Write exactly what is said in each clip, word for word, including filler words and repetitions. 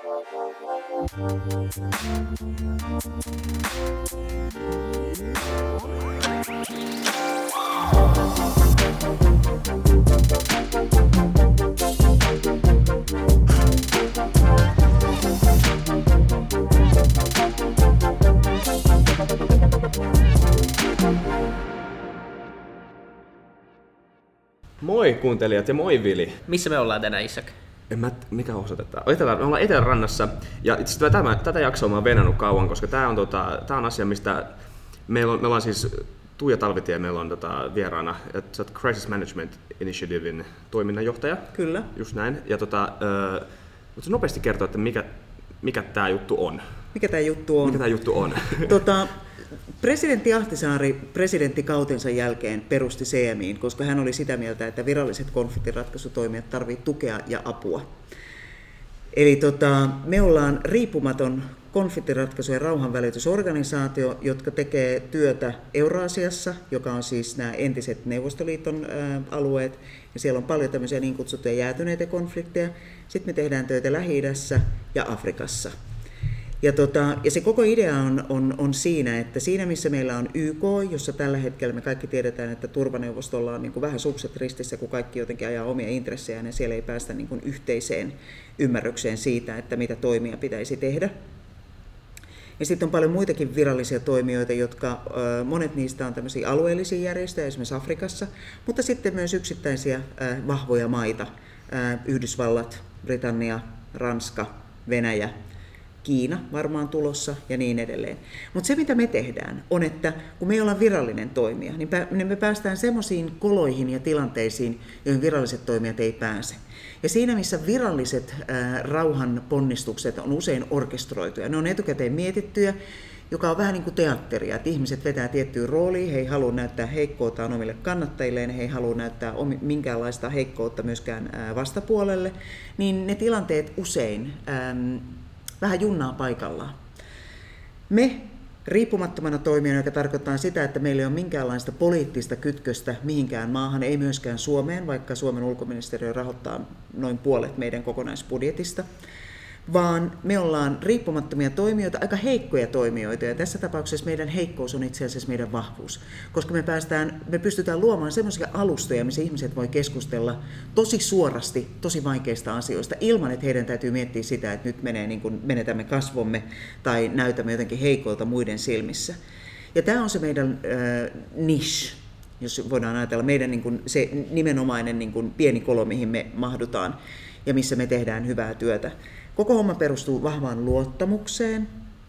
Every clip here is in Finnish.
Moi kuuntelijat ja moi Vili. Missä me ollaan tänään, Isak? En mä, mikä osoitetaan? Etelä, me ollaan Etelärannassa ja itse tätä, tätä jaksoa mä oon venannut kauan, koska tää on, tota, tää on asia, mistä meillä on, me ollaan siis Tuija Talvitie, meillä on tota, vieraana, että sä oot Crisis Management Initiativein toiminnanjohtaja. Kyllä. Just näin. Ja tota, äh, voitko nopeasti kertoa, että mikä, mikä tää juttu on? Mikä tää juttu on? Mikä tää juttu on? tota, Presidentti Ahtisaari presidenttikautensa jälkeen perusti C M I:n, koska hän oli sitä mieltä, että viralliset konfliktinratkaisutoimijat tarvitsevat tukea ja apua. Eli tota, me ollaan riippumaton konfliktinratkaisu- ja rauhanvälitysorganisaatio, jotka tekee työtä Euraasiassa, joka on siis nämä entiset Neuvostoliiton ää, alueet, ja siellä on paljon tämmöisiä niin kutsuttuja jäätyneitä konflikteja. Sitten me tehdään töitä Lähi-idässä ja Afrikassa. Ja, tota, ja se koko idea on, on, on siinä, että siinä missä meillä on Y K, jossa tällä hetkellä me kaikki tiedetään, että turvaneuvostolla on niin kuin vähän sukset ristissä, kun kaikki jotenkin ajaa omia intressejään ja siellä ei päästä niin kuin yhteiseen ymmärrykseen siitä, että mitä toimia pitäisi tehdä. Ja sitten on paljon muitakin virallisia toimijoita, jotka monet niistä on tämmöisiä alueellisia järjestöjä, esimerkiksi Afrikassa, mutta sitten myös yksittäisiä vahvoja maita, Yhdysvallat, Britannia, Ranska, Venäjä, Kiina varmaan tulossa ja niin edelleen. Mutta se mitä me tehdään on, että kun me ei olla virallinen toimija, niin me päästään semmoisiin koloihin ja tilanteisiin, joihin viralliset toimijat ei pääse. Ja siinä missä viralliset ää, rauhan ponnistukset on usein orkestroituja, ne on etukäteen mietittyjä, joka on vähän niin kuin teatteria, että ihmiset vetää tiettyyn rooliin, he ei halua näyttää heikkoutta omille kannattajilleen, he ei halua näyttää minkäänlaista heikkoutta myöskään ää, vastapuolelle, niin ne tilanteet usein ää, vähän junnaa paikallaan. Me riippumattomana toimijana, joka tarkoittaa sitä, että meillä ei ole minkäänlaista poliittista kytköstä mihinkään maahan, ei myöskään Suomeen, vaikka Suomen ulkoministeriö rahoittaa noin puolet meidän kokonaisbudjetista, vaan me ollaan riippumattomia toimijoita, aika heikkoja toimijoita, ja tässä tapauksessa meidän heikkous on itse asiassa meidän vahvuus, koska me, päästään, me pystytään luomaan semmoisia alustoja, missä ihmiset voi keskustella tosi suorasti, tosi vaikeista asioista, ilman että heidän täytyy miettiä sitä, että nyt menee niin kuin menetämme kasvomme tai näytämme jotenkin heikolta muiden silmissä. Ja tämä on se meidän äh, niche, jos voidaan ajatella, meidän niin kuin, se nimenomainen niin kuin pieni kolo, mihin me mahdutaan ja missä me tehdään hyvää työtä. Koko homma perustuu vahvaan luottamukseen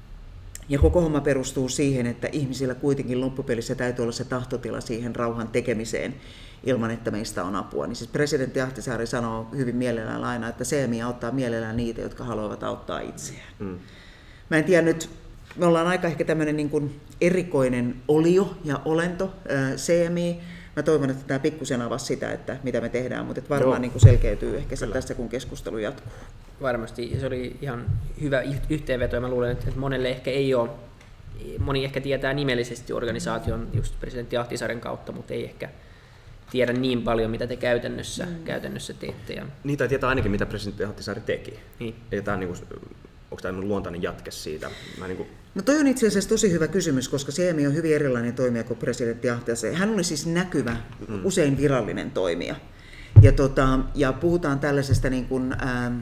ja koko homma perustuu siihen, että ihmisillä kuitenkin loppupelissä täytyy olla se tahtotila siihen rauhan tekemiseen ilman, että meistä on apua. Niin siis presidentti Ahtisaari sanoo hyvin mielellään aina, että C M I auttaa mielellään niitä, jotka haluavat auttaa itseään. Mm. Mä en tiedä nyt, me ollaan aika ehkä tämmöinen niin kuin erikoinen olio ja olento, C M I. Mä toivon, että tämä pikkusen avasi sitä, että mitä me tehdään, mutta varmaan niin kuin selkeytyy ehkä se tässä, kun keskustelu jatkuu. Varmasti, se oli ihan hyvä yhteenveto, ja mä luulen, että monelle ehkä ei ole, moni ehkä tietää nimellisesti organisaation just presidentti Ahtisaaren kautta, mutta ei ehkä tiedä niin paljon, mitä te käytännössä, mm. käytännössä teette. Ja... Niitä tietää ainakin, mitä presidentti Ahtisaari teki. Niin. Ja tämä on niin kuin, onko tämä luontainen jatke siitä? Mä niin kuin... No toi on itse asiassa tosi hyvä kysymys, koska C M I on hyvin erilainen toimija kuin presidentti Ahtisaari. Hän oli siis näkyvä, mm. usein virallinen toimija. Ja, tota, ja puhutaan tällaisesta niin kuin, ähm,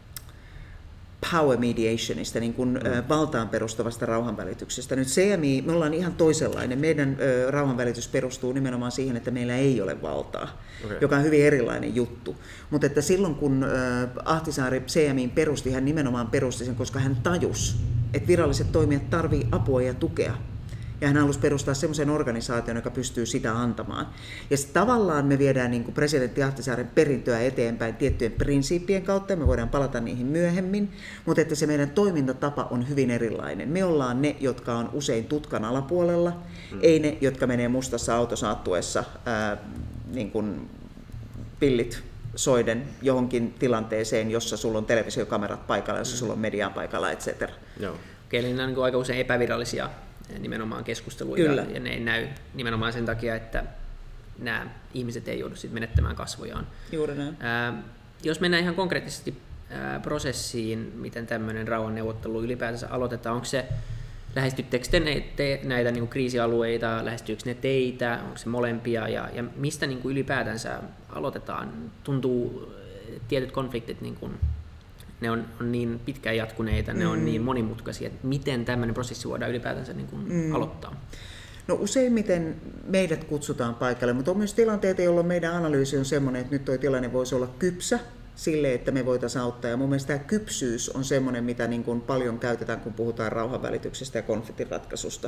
power mediationista, niin kuin mm. äh, valtaan perustuvasta rauhanvälityksestä. Nyt C M I, me ollaan ihan toisenlainen. Meidän äh, rauhanvälitys perustuu nimenomaan siihen, että meillä ei ole valtaa, okay. joka on hyvin erilainen juttu. Mutta että silloin kun äh, Ahtisaari C M I perusti, hän nimenomaan perusti sen, koska hän tajusi, että viralliset toimijat tarvitsevat apua ja tukea. Ja hän halusi perustaa semmoisen organisaation, joka pystyy sitä antamaan. Ja tavallaan me viedään niin kuin presidentti Ahtisaaren perintöä eteenpäin tiettyjen prinsiippien kautta, ja me voidaan palata niihin myöhemmin, mutta että se meidän toimintatapa on hyvin erilainen. Me ollaan ne, jotka on usein tutkan alapuolella, mm. ei ne, jotka menee mustassa autosaattuessa ää, niin kuin pillit soiden johonkin tilanteeseen, jossa sulla on televisiokamerat paikalla, jossa sulla on mediaa paikalla, et cetera. Joo. Okei, eli ne on niin kuin aika usein epävirallisia nimenomaan keskusteluja, Kyllä. ja ne ei näy nimenomaan sen takia, että nämä ihmiset ei joudu sit menettämään kasvojaan. Juuri näin. Ää, jos mennään ihan konkreettisesti ää, prosessiin, miten tämmöinen rauhanneuvottelu ylipäätänsä aloitetaan? Onko se, lähestyttekö te, ne, te näitä niin kuin kriisialueita, lähestyykö ne teitä, onko se molempia, ja, ja mistä niin kuin ylipäätänsä aloitetaan? Tuntuu, tietyt konfliktit, niin kuin, ne on, on niin pitkään jatkuneita, mm. ne on niin monimutkaisia, että miten tämmöinen prosessi voidaan ylipäätänsä niin kuin mm. aloittaa? No useimmiten meidät kutsutaan paikalle, mutta on myös tilanteita, jolloin meidän analyysi on sellainen, että nyt tuo tilanne voisi olla kypsä sille, että me voitaisiin auttaa. Ja mun mielestä tämä kypsyys on sellainen, mitä niin kuin paljon käytetään, kun puhutaan rauhanvälityksestä ja konfliktinratkaisusta.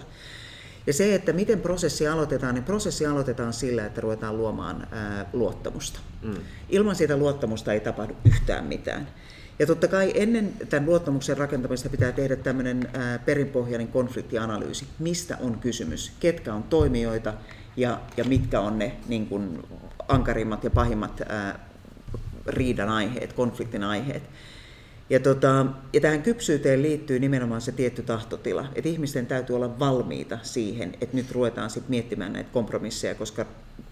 Ja se, että miten prosessi aloitetaan, niin prosessi aloitetaan sillä, että ruvetaan luomaan ää, luottamusta. Mm. Ilman sitä luottamusta ei tapahdu yhtään mitään. Ja totta kai ennen tämän luottamuksen rakentamista pitää tehdä tämmöinen ää, perinpohjainen konfliktianalyysi. Mistä on kysymys, ketkä on toimijoita ja, ja mitkä on ne niin kuin ankarimmat ja pahimmat ää, riidan aiheet, konfliktin aiheet. Ja, tota, ja tähän kypsyyteen liittyy nimenomaan se tietty tahtotila, että ihmisten täytyy olla valmiita siihen, että nyt ruvetaan sit miettimään näitä kompromisseja, koska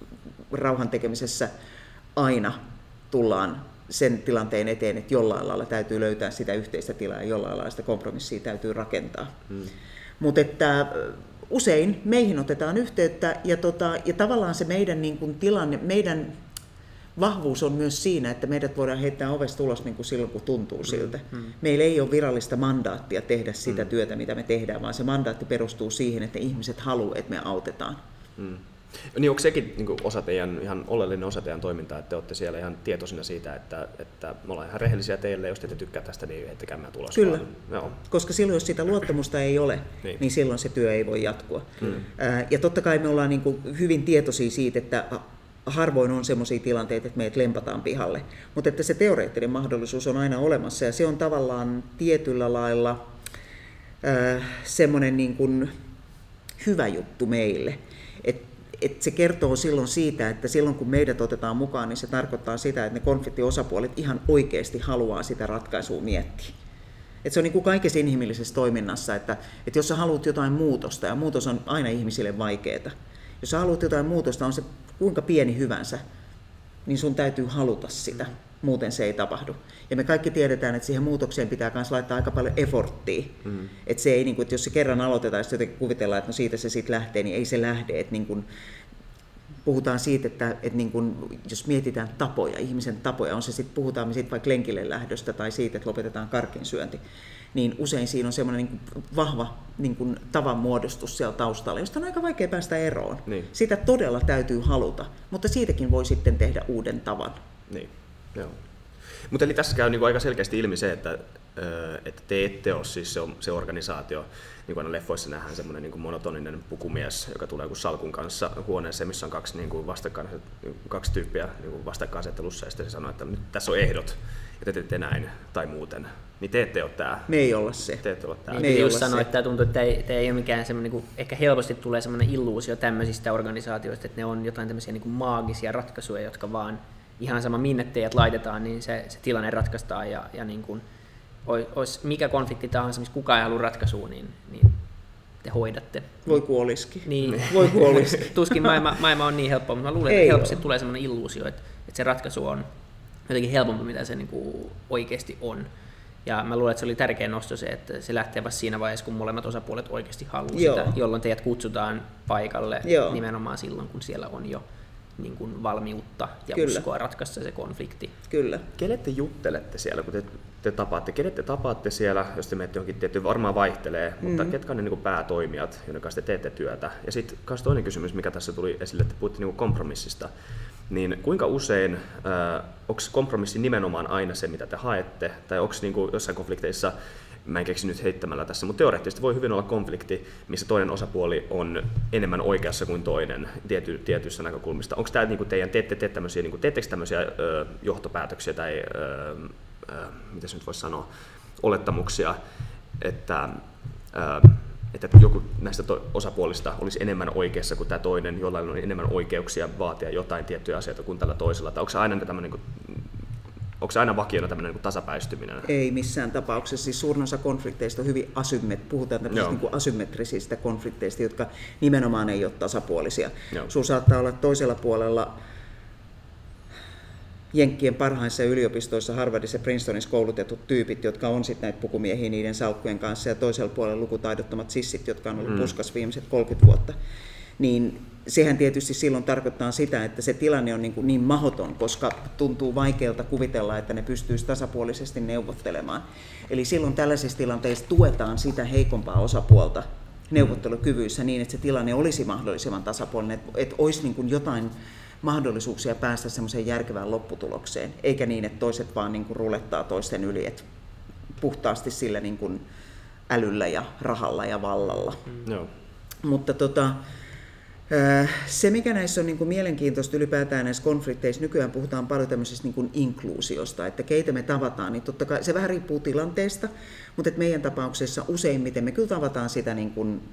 rauhan tekemisessä aina tullaan sen tilanteen eteen, että jollain lailla täytyy löytää sitä yhteistä tilaa ja jollain lailla sitä kompromissia täytyy rakentaa. Hmm. Mutta että usein meihin otetaan yhteyttä ja, tota, ja tavallaan se meidän niin kun tilanne, meidän vahvuus on myös siinä, että meidät voidaan heittää ovesta ulos niin kuin silloin, kun tuntuu siltä. Hmm. Meillä ei ole virallista mandaattia tehdä sitä hmm. työtä, mitä me tehdään, vaan se mandaatti perustuu siihen, että ihmiset haluavat, että me autetaan. Hmm. Niin onko sekin niin osa teidän, ihan oleellinen osa teidän toimintaa, että te olette siellä ihan tietoisina siitä, että, että me ollaan ihan rehellisiä teille, jos te ette tykkää tästä, niin heittäkää meidän tulos. Kyllä, Joo. Koska silloin, jos sitä luottamusta ei ole, niin. niin silloin se työ ei voi jatkua. Hmm. Ja totta kai me ollaan niin kuin hyvin tietoisia siitä, että harvoin on sellaisia tilanteita, että meidät lempataan pihalle, mutta että se teoreettinen mahdollisuus on aina olemassa ja se on tavallaan tietyllä lailla äh, semmoinen niin kuin hyvä juttu meille. Et, et se kertoo silloin siitä, että silloin kun meidät otetaan mukaan, niin se tarkoittaa sitä, että ne konfliktiosapuolet ihan oikeasti haluaa sitä ratkaisua miettiä. Et se on niin kuin kaikessa inhimillisessä toiminnassa, että, että jos sä haluat jotain muutosta, ja muutos on aina ihmisille vaikeaa, jos sä haluat jotain muutosta, on se kuinka pieni hyvänsä, niin sun täytyy haluta sitä, muuten se ei tapahdu. Ja me kaikki tiedetään, että siihen muutokseen pitää myös laittaa aika paljon efforttia. Mm. Että se ei, niin kuin, että jos se kerran aloitetaan ja jotenkin kuvitellaan, että no siitä se sitten lähtee, niin ei se lähde. Että niin kuin, puhutaan siitä, että, että niin kuin, jos mietitään tapoja, ihmisen tapoja, on se sitten, puhutaan me siitä vaikka lenkille lähdöstä tai siitä, että lopetetaan karkinsyönti, niin usein siinä on semmoinen niin kuin vahva niin kuin tavan muodostus siellä taustalla, josta on aika vaikea päästä eroon. Niin. Sitä todella täytyy haluta, mutta siitäkin voi sitten tehdä uuden tavan. Niin, joo. Mutta eli tässä käy niin kuin aika selkeästi ilmi se, että, että te ette ole siis se, se organisaatio, niin kuin aina leffoissa nähdään semmoinen niin kuin monotoninen pukumies, joka tulee kuin salkun kanssa huoneeseen, missä on kaksi, niin kuin vastakkain, kaksi tyyppiä niin kuin vastakkainasettelussa, ja sitten se sanoo, että nyt tässä on ehdot, ja te teette näin tai muuten. Niin te ette ole tämä. Me ei olla se. Te ette ole tämä. Niin, just sanoin, että tämä tuntuu, että tämä ei, tämä ei ole mikään semmoinen, niin kuin, ehkä helposti tulee semmoinen illuusio tämmöisistä organisaatioista, että ne on jotain tämmöisiä niin kuin maagisia ratkaisuja, jotka vaan ihan sama minne teidät laitetaan, niin se, se tilanne ratkaistaan ja, ja niin kuin, olisi mikä konflikti tahansa, missä kukaan ei halua ratkaisua, niin, niin te hoidatte. Voi kuolisikin. Niin. Voi kuolisikin. Tuskin maailma, maailma on niin helppoa, mutta mä luulen, että helposti tulee semmoinen illuusio, että, että se ratkaisu on jotenkin helpompi, mitä se niin kuin oikeasti on. Ja mä luulen, että se oli tärkeä nosto se, että se lähtee vasta siinä vaiheessa, kun molemmat osapuolet oikeasti haluaa sitä, jolloin teidät kutsutaan paikalle Joo. nimenomaan silloin, kun siellä on jo niin kuin valmiutta ja Kyllä. uskoa ratkaista se konflikti. Kyllä. Kelle te juttelette siellä, kun te, te tapaatte? Kelle te tapaatte siellä, jos te menette johonkin tiettyyn, varmaan vaihtelee, mm-hmm. mutta ketkä on ne niin kuin päätoimijat, joiden kanssa te teette työtä? Ja sitten myös toinen kysymys, mikä tässä tuli esille, että puhuttiin niin kuin kompromissista. Niin kuinka usein, äh, onko kompromissi nimenomaan aina se, mitä te haette, tai onko niin kuin jossain konflikteissa, mä en keksi nyt heittämällä tässä, mutta teoreettisesti voi hyvin olla konflikti, missä toinen osapuoli on enemmän oikeassa kuin toinen tiety, tietyissä näkökulmista. Onko tämä niin kuin teidän, teette, teette tämmöisiä, niin kuin, teettekö tämmöisiä ö, johtopäätöksiä tai, ö, ö, mitä se nyt voisi sanoa, olettamuksia, että, ö, että joku näistä to- osapuolista olisi enemmän oikeassa kuin tämä toinen, jollain on enemmän oikeuksia vaatia jotain tiettyjä asioita kuin tällä toisella, tai onko se aina tämmöinen niin kuin, onko se aina vakiona tämmöinen niin tasapäistyminen? Ei missään tapauksessa. Siis suurin osa konflikteista on hyvin asymmet, puhutaan tämmöisistä niin asymmetrisistä konflikteista, jotka nimenomaan ei ole tasapuolisia. Sinulla saattaa olla toisella puolella Jenkkien parhaissa yliopistoissa, Harvardissa ja Princetonissa koulutetut tyypit, jotka on sitten näitä pukumiehiä niiden salkkujen kanssa, ja toisella puolella lukutaidottomat sissit, jotka on ollut mm. puskas viimeiset kolmekymmentä vuotta, niin sehän tietysti silloin tarkoittaa sitä, että se tilanne on niin, kuin niin mahdoton, koska tuntuu vaikealta kuvitella, että ne pystyisi tasapuolisesti neuvottelemaan. Eli silloin tällaisissa tilanteissa tuetaan sitä heikompaa osapuolta neuvottelukyvyissä niin, että se tilanne olisi mahdollisimman tasapuolinen, että, että olisi niin kuin jotain mahdollisuuksia päästä semmoiseen järkevään lopputulokseen, eikä niin, että toiset vaan niin kuin rulettaa toisten yli, että puhtaasti sillä niin kuin älyllä ja rahalla ja vallalla. Mm. No. Mutta tota, se, mikä näissä on niin kuin mielenkiintoista ylipäätään näissä konflikteissa, nykyään puhutaan paljon tämmöisestä niin kuin inkluusiosta, että keitä me tavataan, niin totta kai se vähän riippuu tilanteesta, mutta että meidän tapauksessa useimmiten me kyllä tavataan sitä niin kuin,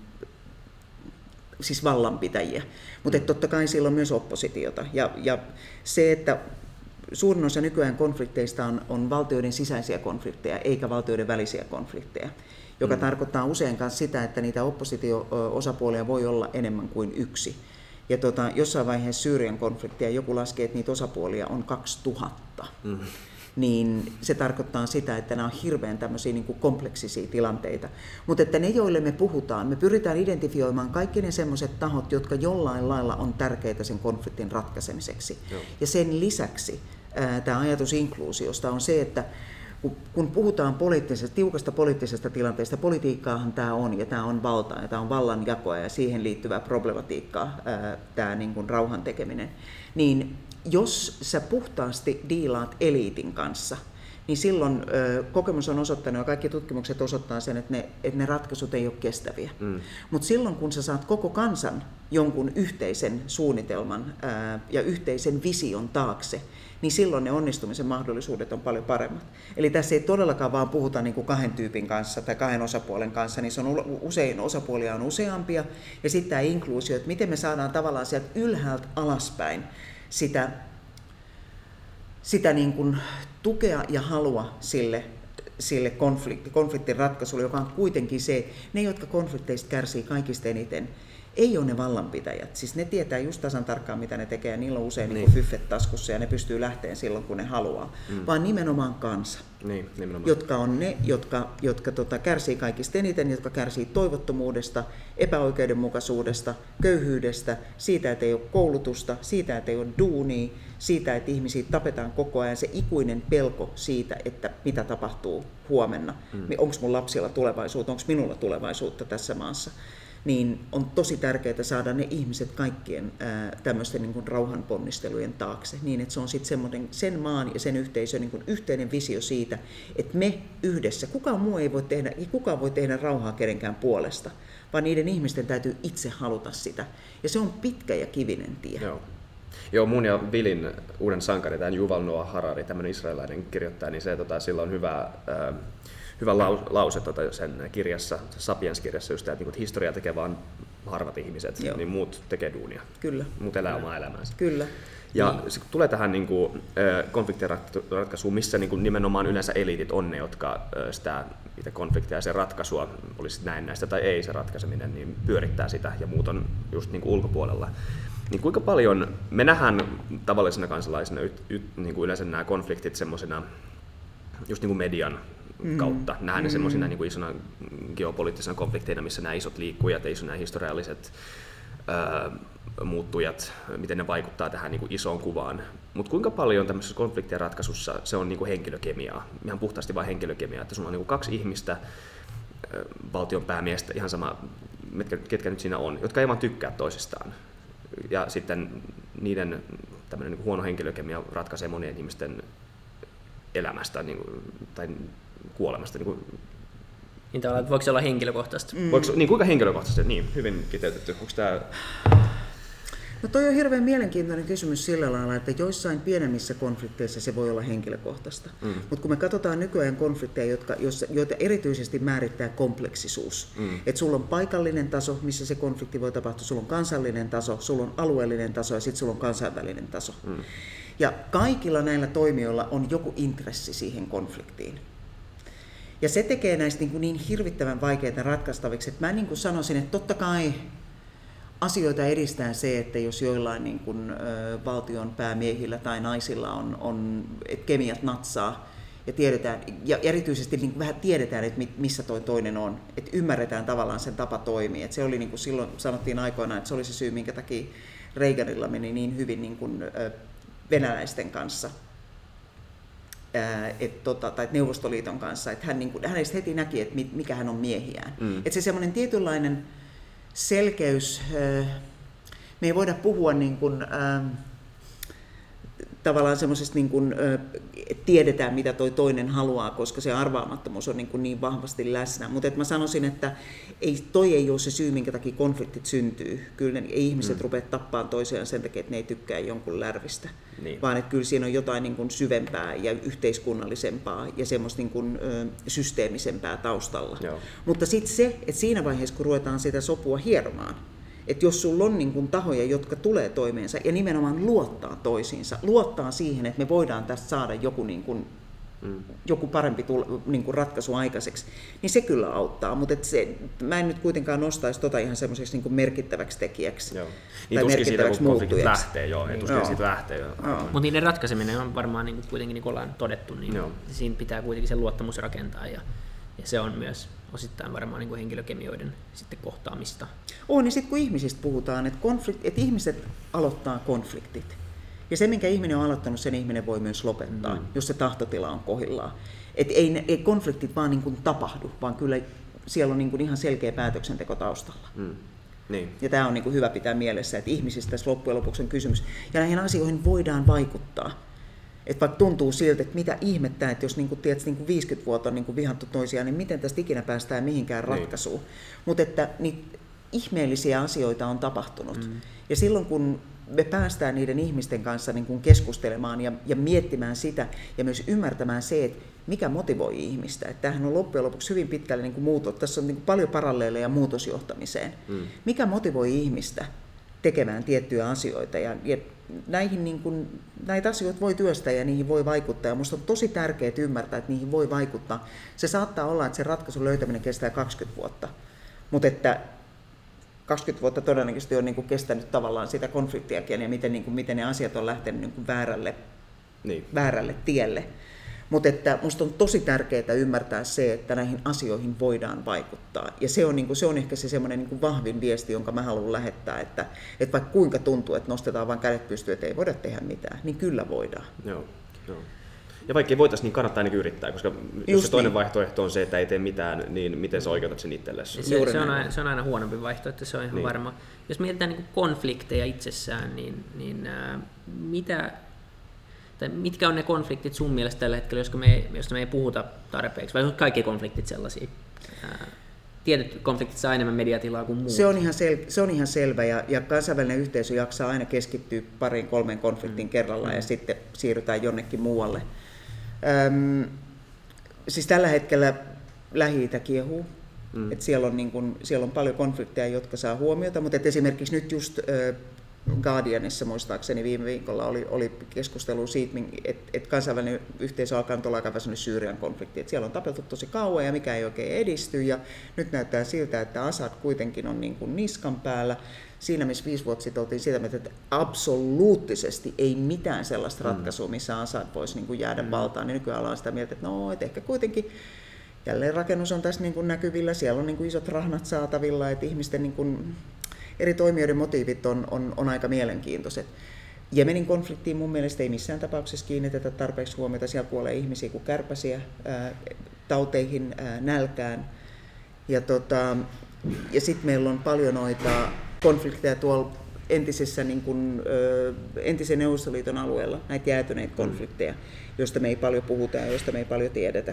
siis vallanpitäjiä, mutta totta kai sillä on myös oppositiota. Ja, ja se, että suurin osa nykyään konflikteista on, on valtioiden sisäisiä konflikteja, eikä valtioiden välisiä konflikteja, joka mm. tarkoittaa usein myös sitä, että niitä oppositio-osapuolia voi olla enemmän kuin yksi. Ja tota, jossain vaiheessa Syyrian konfliktia joku laskee, että niitä osapuolia on kaksituhatta. Mm. Niin se tarkoittaa sitä, että nämä on hirveän tämmöisiä niin kuin kompleksisia tilanteita. Mutta että ne, joille me puhutaan, me pyritään identifioimaan kaikki ne semmoiset tahot, jotka jollain lailla on tärkeitä sen konfliktin ratkaisemiseksi. Joo. Ja sen lisäksi ää, tämä ajatus inkluusiosta on se, että kun puhutaan poliittisesta, tiukasta poliittisesta tilanteesta, politiikkaahan tämä on, ja tämä on valtaa, ja tämä on vallanjakoa ja siihen liittyvää problematiikkaa, ää, tämä niin kuin rauhan tekeminen, niin jos sä puhtaasti diilaat eliitin kanssa, niin silloin ö, kokemus on osoittanut ja kaikki tutkimukset osoittaa sen, että ne, että ne ratkaisut ei ole kestäviä. Mm. Mutta silloin kun sä saat koko kansan jonkun yhteisen suunnitelman ää, ja yhteisen vision taakse, niin silloin ne onnistumisen mahdollisuudet on paljon paremmat. Eli tässä ei todellakaan vaan puhuta niin kuin kahden tyypin kanssa tai kahden osapuolen kanssa, niin se on usein osapuolia on useampia. Ja sitten tämä inkluusio, että miten me saadaan tavallaan sieltä ylhäältä alaspäin sitä, sitä niin kuin tukea ja halua sille, sille konflikti, konfliktin ratkaisulle, joka on kuitenkin se, ne jotka konflikteista kärsii kaikista eniten, ei ole ne vallanpitäjät. Siis ne tietää just tasan tarkkaan, mitä ne tekee, ja niillä on usein niin. Niin fyffet taskussa, ja ne pystyy lähteen silloin, kun ne haluaa. Mm. Vaan nimenomaan kansa, niin, nimenomaan. jotka on ne, jotka, jotka tota, kärsii kaikista eniten, jotka kärsii toivottomuudesta, epäoikeudenmukaisuudesta, köyhyydestä, siitä, että ei ole koulutusta, siitä, että ei ole duunia, siitä, että ihmisiä tapetaan koko ajan, se ikuinen pelko siitä, että mitä tapahtuu huomenna. Mm. Onko mun lapsilla tulevaisuutta, onko minulla tulevaisuutta tässä maassa. Niin on tosi tärkeää saada ne ihmiset kaikkien ää, tämmöisten niin kuin rauhanponnistelujen taakse, niin että se on sitten semmoinen sen maan ja sen yhteisön niin kuin yhteinen visio siitä, että me yhdessä, kukaan muu ei voi tehdä, ei kukaan voi tehdä rauhaa kenenkään puolesta, vaan niiden ihmisten täytyy itse haluta sitä. Ja se on pitkä ja kivinen tie. Joo. Joo, mun ja Vilin uuden sankari, tämä Yuval Noah Harari, tämmöinen israelilainen kirjoittaja, niin se tota, sillä on hyvä... Ää, Hyvä lause tota, sen kirjassa, Sapiens-kirjassa, just tämä, että, että historiaa tekee vain harvat ihmiset, Joo. niin muut tekee duunia. Kyllä. Muut elää omaa elämäänsä. Kyllä. Ja niin. Se, kun tulee tähän niin kuin, konfliktiratkaisuun, missä niin kuin, nimenomaan yleensä eliitit on ne, jotka sitä itse konfliktia ja sen ratkaisua, olisi näin näistä tai ei se ratkaiseminen, niin pyörittää sitä ja muut on just niin kuin ulkopuolella. Niin kuinka paljon me nähdään tavallisena kansalaisena y, y, niin kuin yleensä nämä konfliktit semmoisena just niin kuin median kautta. Mm. Nähdään ne semmoisina niin kuin isona geopoliittisena konflikteina, missä nämä isot liikkujat ja nämä historialliset ää, muuttujat, miten ne vaikuttaa tähän niin kuin isoon kuvaan. Mutta kuinka paljon tämmöisessä konfliktien ratkaisussa se on niin kuin henkilökemiaa, ihan puhtaasti vain henkilökemiaa, että sulla on niin kuin kaksi ihmistä, ää, valtion päämiestä, ihan sama, mitkä, ketkä nyt siinä on, jotka ei vaan tykkää toisistaan. Ja sitten niiden tämmöinen niin kuin huono henkilökemia ratkaisee monien ihmisten elämästä niin kuin, tai kuolemasta. Niin, kuin... niin tavallaan, että voiko se olla henkilökohtaista? Mm. Voiko, niin kuinka henkilökohtaisesti? Niin, hyvin kiteytetty. Onko tämä... No toi on hirveän mielenkiintoinen kysymys sillä lailla, että joissain pienemmissä konflikteissa se voi olla henkilökohtaista. Mm. Mutta kun me katsotaan nykyään konflikteja, jotka, joita erityisesti määrittää kompleksisuus, mm. että sulla on paikallinen taso, missä se konflikti voi tapahtua, sulla on kansallinen taso, sulla on alueellinen taso ja sitten sulla on kansainvälinen taso. Mm. Ja kaikilla näillä toimijoilla on joku intressi siihen konfliktiin. Ja se tekee näistä niin, niin hirvittävän vaikeita ratkaistaviksi, että mä niin kuin sanoisin, että totta kai asioita edistää se, että jos joillain niin kuin, ö, valtion päämiehillä tai naisilla on, on että kemiat natsaa ja tiedetään, ja erityisesti niin kuin vähän tiedetään, että missä toi toinen on, että ymmärretään tavallaan sen tapa toimia. Että se oli niin kuin silloin sanottiin aikoinaan, että se oli se syy, minkä takia Reaganilla meni niin hyvin niin kuin, ö, venäläisten kanssa. Et, tota, tai Neuvostoliiton kanssa, että hän, niin kuin, hänestä heti näki, että mikä hän on miehiään. Mm. Että se semmoinen tietynlainen selkeys, me ei voida puhua niin kuin, äh, tavallaan semmoisesta, niin kuin, äh, että tiedetään mitä toi toinen haluaa, koska se arvaamattomuus on niin, kuin niin vahvasti läsnä. Mutta mä sanoisin, että ei, toi ei ole se syy, minkä takia konfliktit syntyy. Kyllä ne, ei ihmiset mm. rupea tappaan toisiaan sen takia, että ne ei tykkää jonkun lärvistä. Niin. Vaan että kyllä siinä on jotain niin kuin syvempää ja yhteiskunnallisempaa ja semmoista niin kuin, ö, systeemisempää taustalla. Joo. Mutta sitten se, että siinä vaiheessa kun ruvetaan sitä sopua hieromaan, että jos sulla on niin kuin tahoja, jotka tulee toimeensa ja nimenomaan luottaa toisiinsa, luottaa siihen, että me voidaan tästä saada joku, niin kuin, mm. joku parempi tule, niin kuin ratkaisu aikaiseksi, niin se kyllä auttaa. Mutta se, mä en nyt kuitenkaan nostaisi tota ihan semmoiseksi niin kuin merkittäväksi tekijäksi. Joo. Niin tuskin siitä, kun konfliktit lähtee, joo, niin. tuskin siitä lähtee. Mutta niiden ratkaiseminen on varmaan niin kuin kuitenkin, niin kuin ollaan todettu, niin joo. siinä pitää kuitenkin se luottamus rakentaa, ja, ja se on myös osittain varmaan niin kuin henkilökemioiden sitten kohtaamista. On, niin sitten kun ihmisistä puhutaan, että, konflikt, että ihmiset aloittaa konfliktit, ja se, minkä ihminen on aloittanut, sen ihminen voi myös lopettaa, mm. jos se tahtotila on kohdillaan. Että ei, ei konfliktit vaan niin kuin tapahdu, vaan kyllä siellä on niin kuin ihan selkeä päätöksenteko taustalla. Mm. Niin. Ja tämä on niin kuin hyvä pitää mielessä, että ihmisistä tässä loppujen lopuksi on kysymys. Ja näihin asioihin voidaan vaikuttaa. Että vaikka tuntuu siltä, että mitä ihmettä, että jos niin kuin, tiedät, niin kuin viisikymmentä vuotta on niin kuin vihattu toisiaan, niin miten tästä ikinä päästään mihinkään ratkaisuun. Niin. Mutta että niitä ihmeellisiä asioita on tapahtunut. Mm. Ja silloin kun me päästään niiden ihmisten kanssa niin kuin keskustelemaan ja, ja miettimään sitä ja myös ymmärtämään se, että mikä motivoi ihmistä. Että tämähän on loppujen lopuksi hyvin pitkälle niin kuin muutos. Tässä on niin kuin paljon paralleeleja muutosjohtamiseen. Mm. Mikä motivoi ihmistä tekemään tiettyjä asioita ja, ja näihin niin kuin, näitä asioita voi työstää ja niihin voi vaikuttaa. Ja minusta on tosi tärkeää ymmärtää, että niihin voi vaikuttaa. Se saattaa olla, että se ratkaisun löytäminen kestää kaksikymmentä vuotta, mutta että kaksikymmentä vuotta todennäköisesti on niin kuin kestänyt tavallaan sitä konfliktiakin ja miten, niin kuin, miten ne asiat on lähtenyt niin kuin väärälle, niin. väärälle tielle. Mutta että musta on tosi tärkeää ymmärtää se, että näihin asioihin voidaan vaikuttaa. Ja se on, niin kuin, se on ehkä se semmoinen niin kuin vahvin viesti, jonka mä haluan lähettää, että, että vaikka kuinka tuntuu, että nostetaan vain kädet pystyyn, että ei voida tehdä mitään, niin kyllä voidaan. Joo, joo. Ja vaikka ei voitaisiin, niin kannattaa ainakin yrittää, koska Just jos se toinen niin. vaihtoehto on se, että ei tee mitään, niin miten sä oikeutat sen itsellesi? Se, se, on aina, se on aina huonompi vaihtoehto, se on ihan niin. varma. Jos mietitään niin kuin konflikteja itsessään, niin, niin äh, mitä... Tai mitkä on ne konfliktit sun mielestä tällä hetkellä, jos me ei, jos me ei puhuta tarpeeksi, vai ovat kaikki konfliktit sellaisia? Ää, tietyt konfliktit saa enemmän mediatilaa kuin muut. Se on ihan, sel, se on ihan selvä, ja, ja kansainvälinen yhteisö jaksaa aina keskittyä pariin kolmeen konfliktiin mm. kerrallaan, mm. ja sitten siirrytään jonnekin muualle. Öm, siis tällä hetkellä Lähi-itä kiehuu. Mm. Et siellä, on niin kun, siellä on paljon konflikteja, jotka saa huomiota, mutta esimerkiksi nyt just... Ö, Guardianissa muistaakseni viime viikolla oli, oli keskustelu siitä, että et kansainvälinen yhteisö alkaa nyt olla aika väsynyt Syyrian konflikti. Et siellä on tapeltu tosi kauan ja mikä ei oikein edisty. Ja nyt näyttää siltä, että Assad kuitenkin on niin kuin niskan päällä. Siinä, missä viisi vuotta sitten oltiin sitä mieltä, että absoluuttisesti ei mitään sellaista ratkaisua, missä Assad voisi niin kuin jäädä valtaan. Niin nykyään ollaan sitä mieltä, että no, et ehkä kuitenkin jälleen rakennus on tässä niin kuin näkyvillä. Siellä on niin kuin isot rahnat saatavilla, että ihmisten... Niin kuin eri toimijoiden motiivit on, on, on aika mielenkiintoiset. Jemenin konfliktiin mun mielestä ei missään tapauksessa kiinnitetä tarpeeksi huomiota. Siellä kuolee ihmisiä kuin kärpäsiä, ää, tauteihin, ää, nälkään. Ja, tota, ja sitten meillä on paljon noita konflikteja tuolla entisessä, niin kun, ö, entisen Neuvostoliiton alueella, näitä jäätyneitä konflikteja, joista me ei paljon puhuta ja joista me ei paljon tiedetä.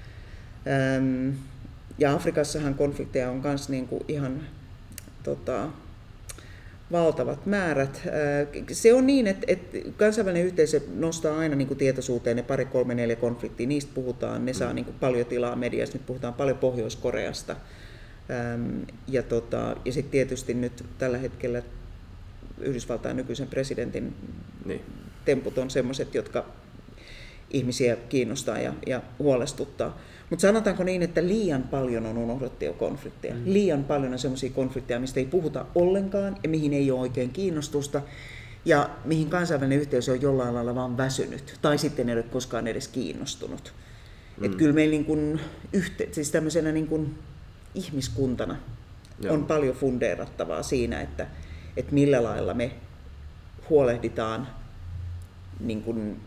Ähm, ja Afrikassahan konflikteja on myös niin kuin ihan... Tota, valtavat määrät. Se on niin, että, että kansainvälinen yhteisö nostaa aina niin kuin tietoisuuteen ne pari, kolme, neljä konfliktia. Niistä puhutaan, ne saa niin kuin paljon tilaa mediassa. Nyt puhutaan paljon Pohjois-Koreasta. Ja, tota, ja sitten tietysti nyt tällä hetkellä Yhdysvaltain nykyisen presidentin niin. temput on sellaiset, jotka ihmisiä kiinnostaa ja, ja huolestuttaa. Mutta sanotaanko niin, että liian paljon on unohdettuja konflikteja. Mm. Liian paljon on sellaisia konflikteja, mistä ei puhuta ollenkaan ja mihin ei ole oikein kiinnostusta ja mihin kansainvälinen yhteisö on jollain lailla vaan väsynyt tai sitten ei ole koskaan edes kiinnostunut. Mm. Että kyllä meillä niin kuin yhte, siis tämmöisenä niin kuin ihmiskuntana Joo. on paljon fundeerattavaa siinä, että, että millä lailla me huolehditaan niin kuin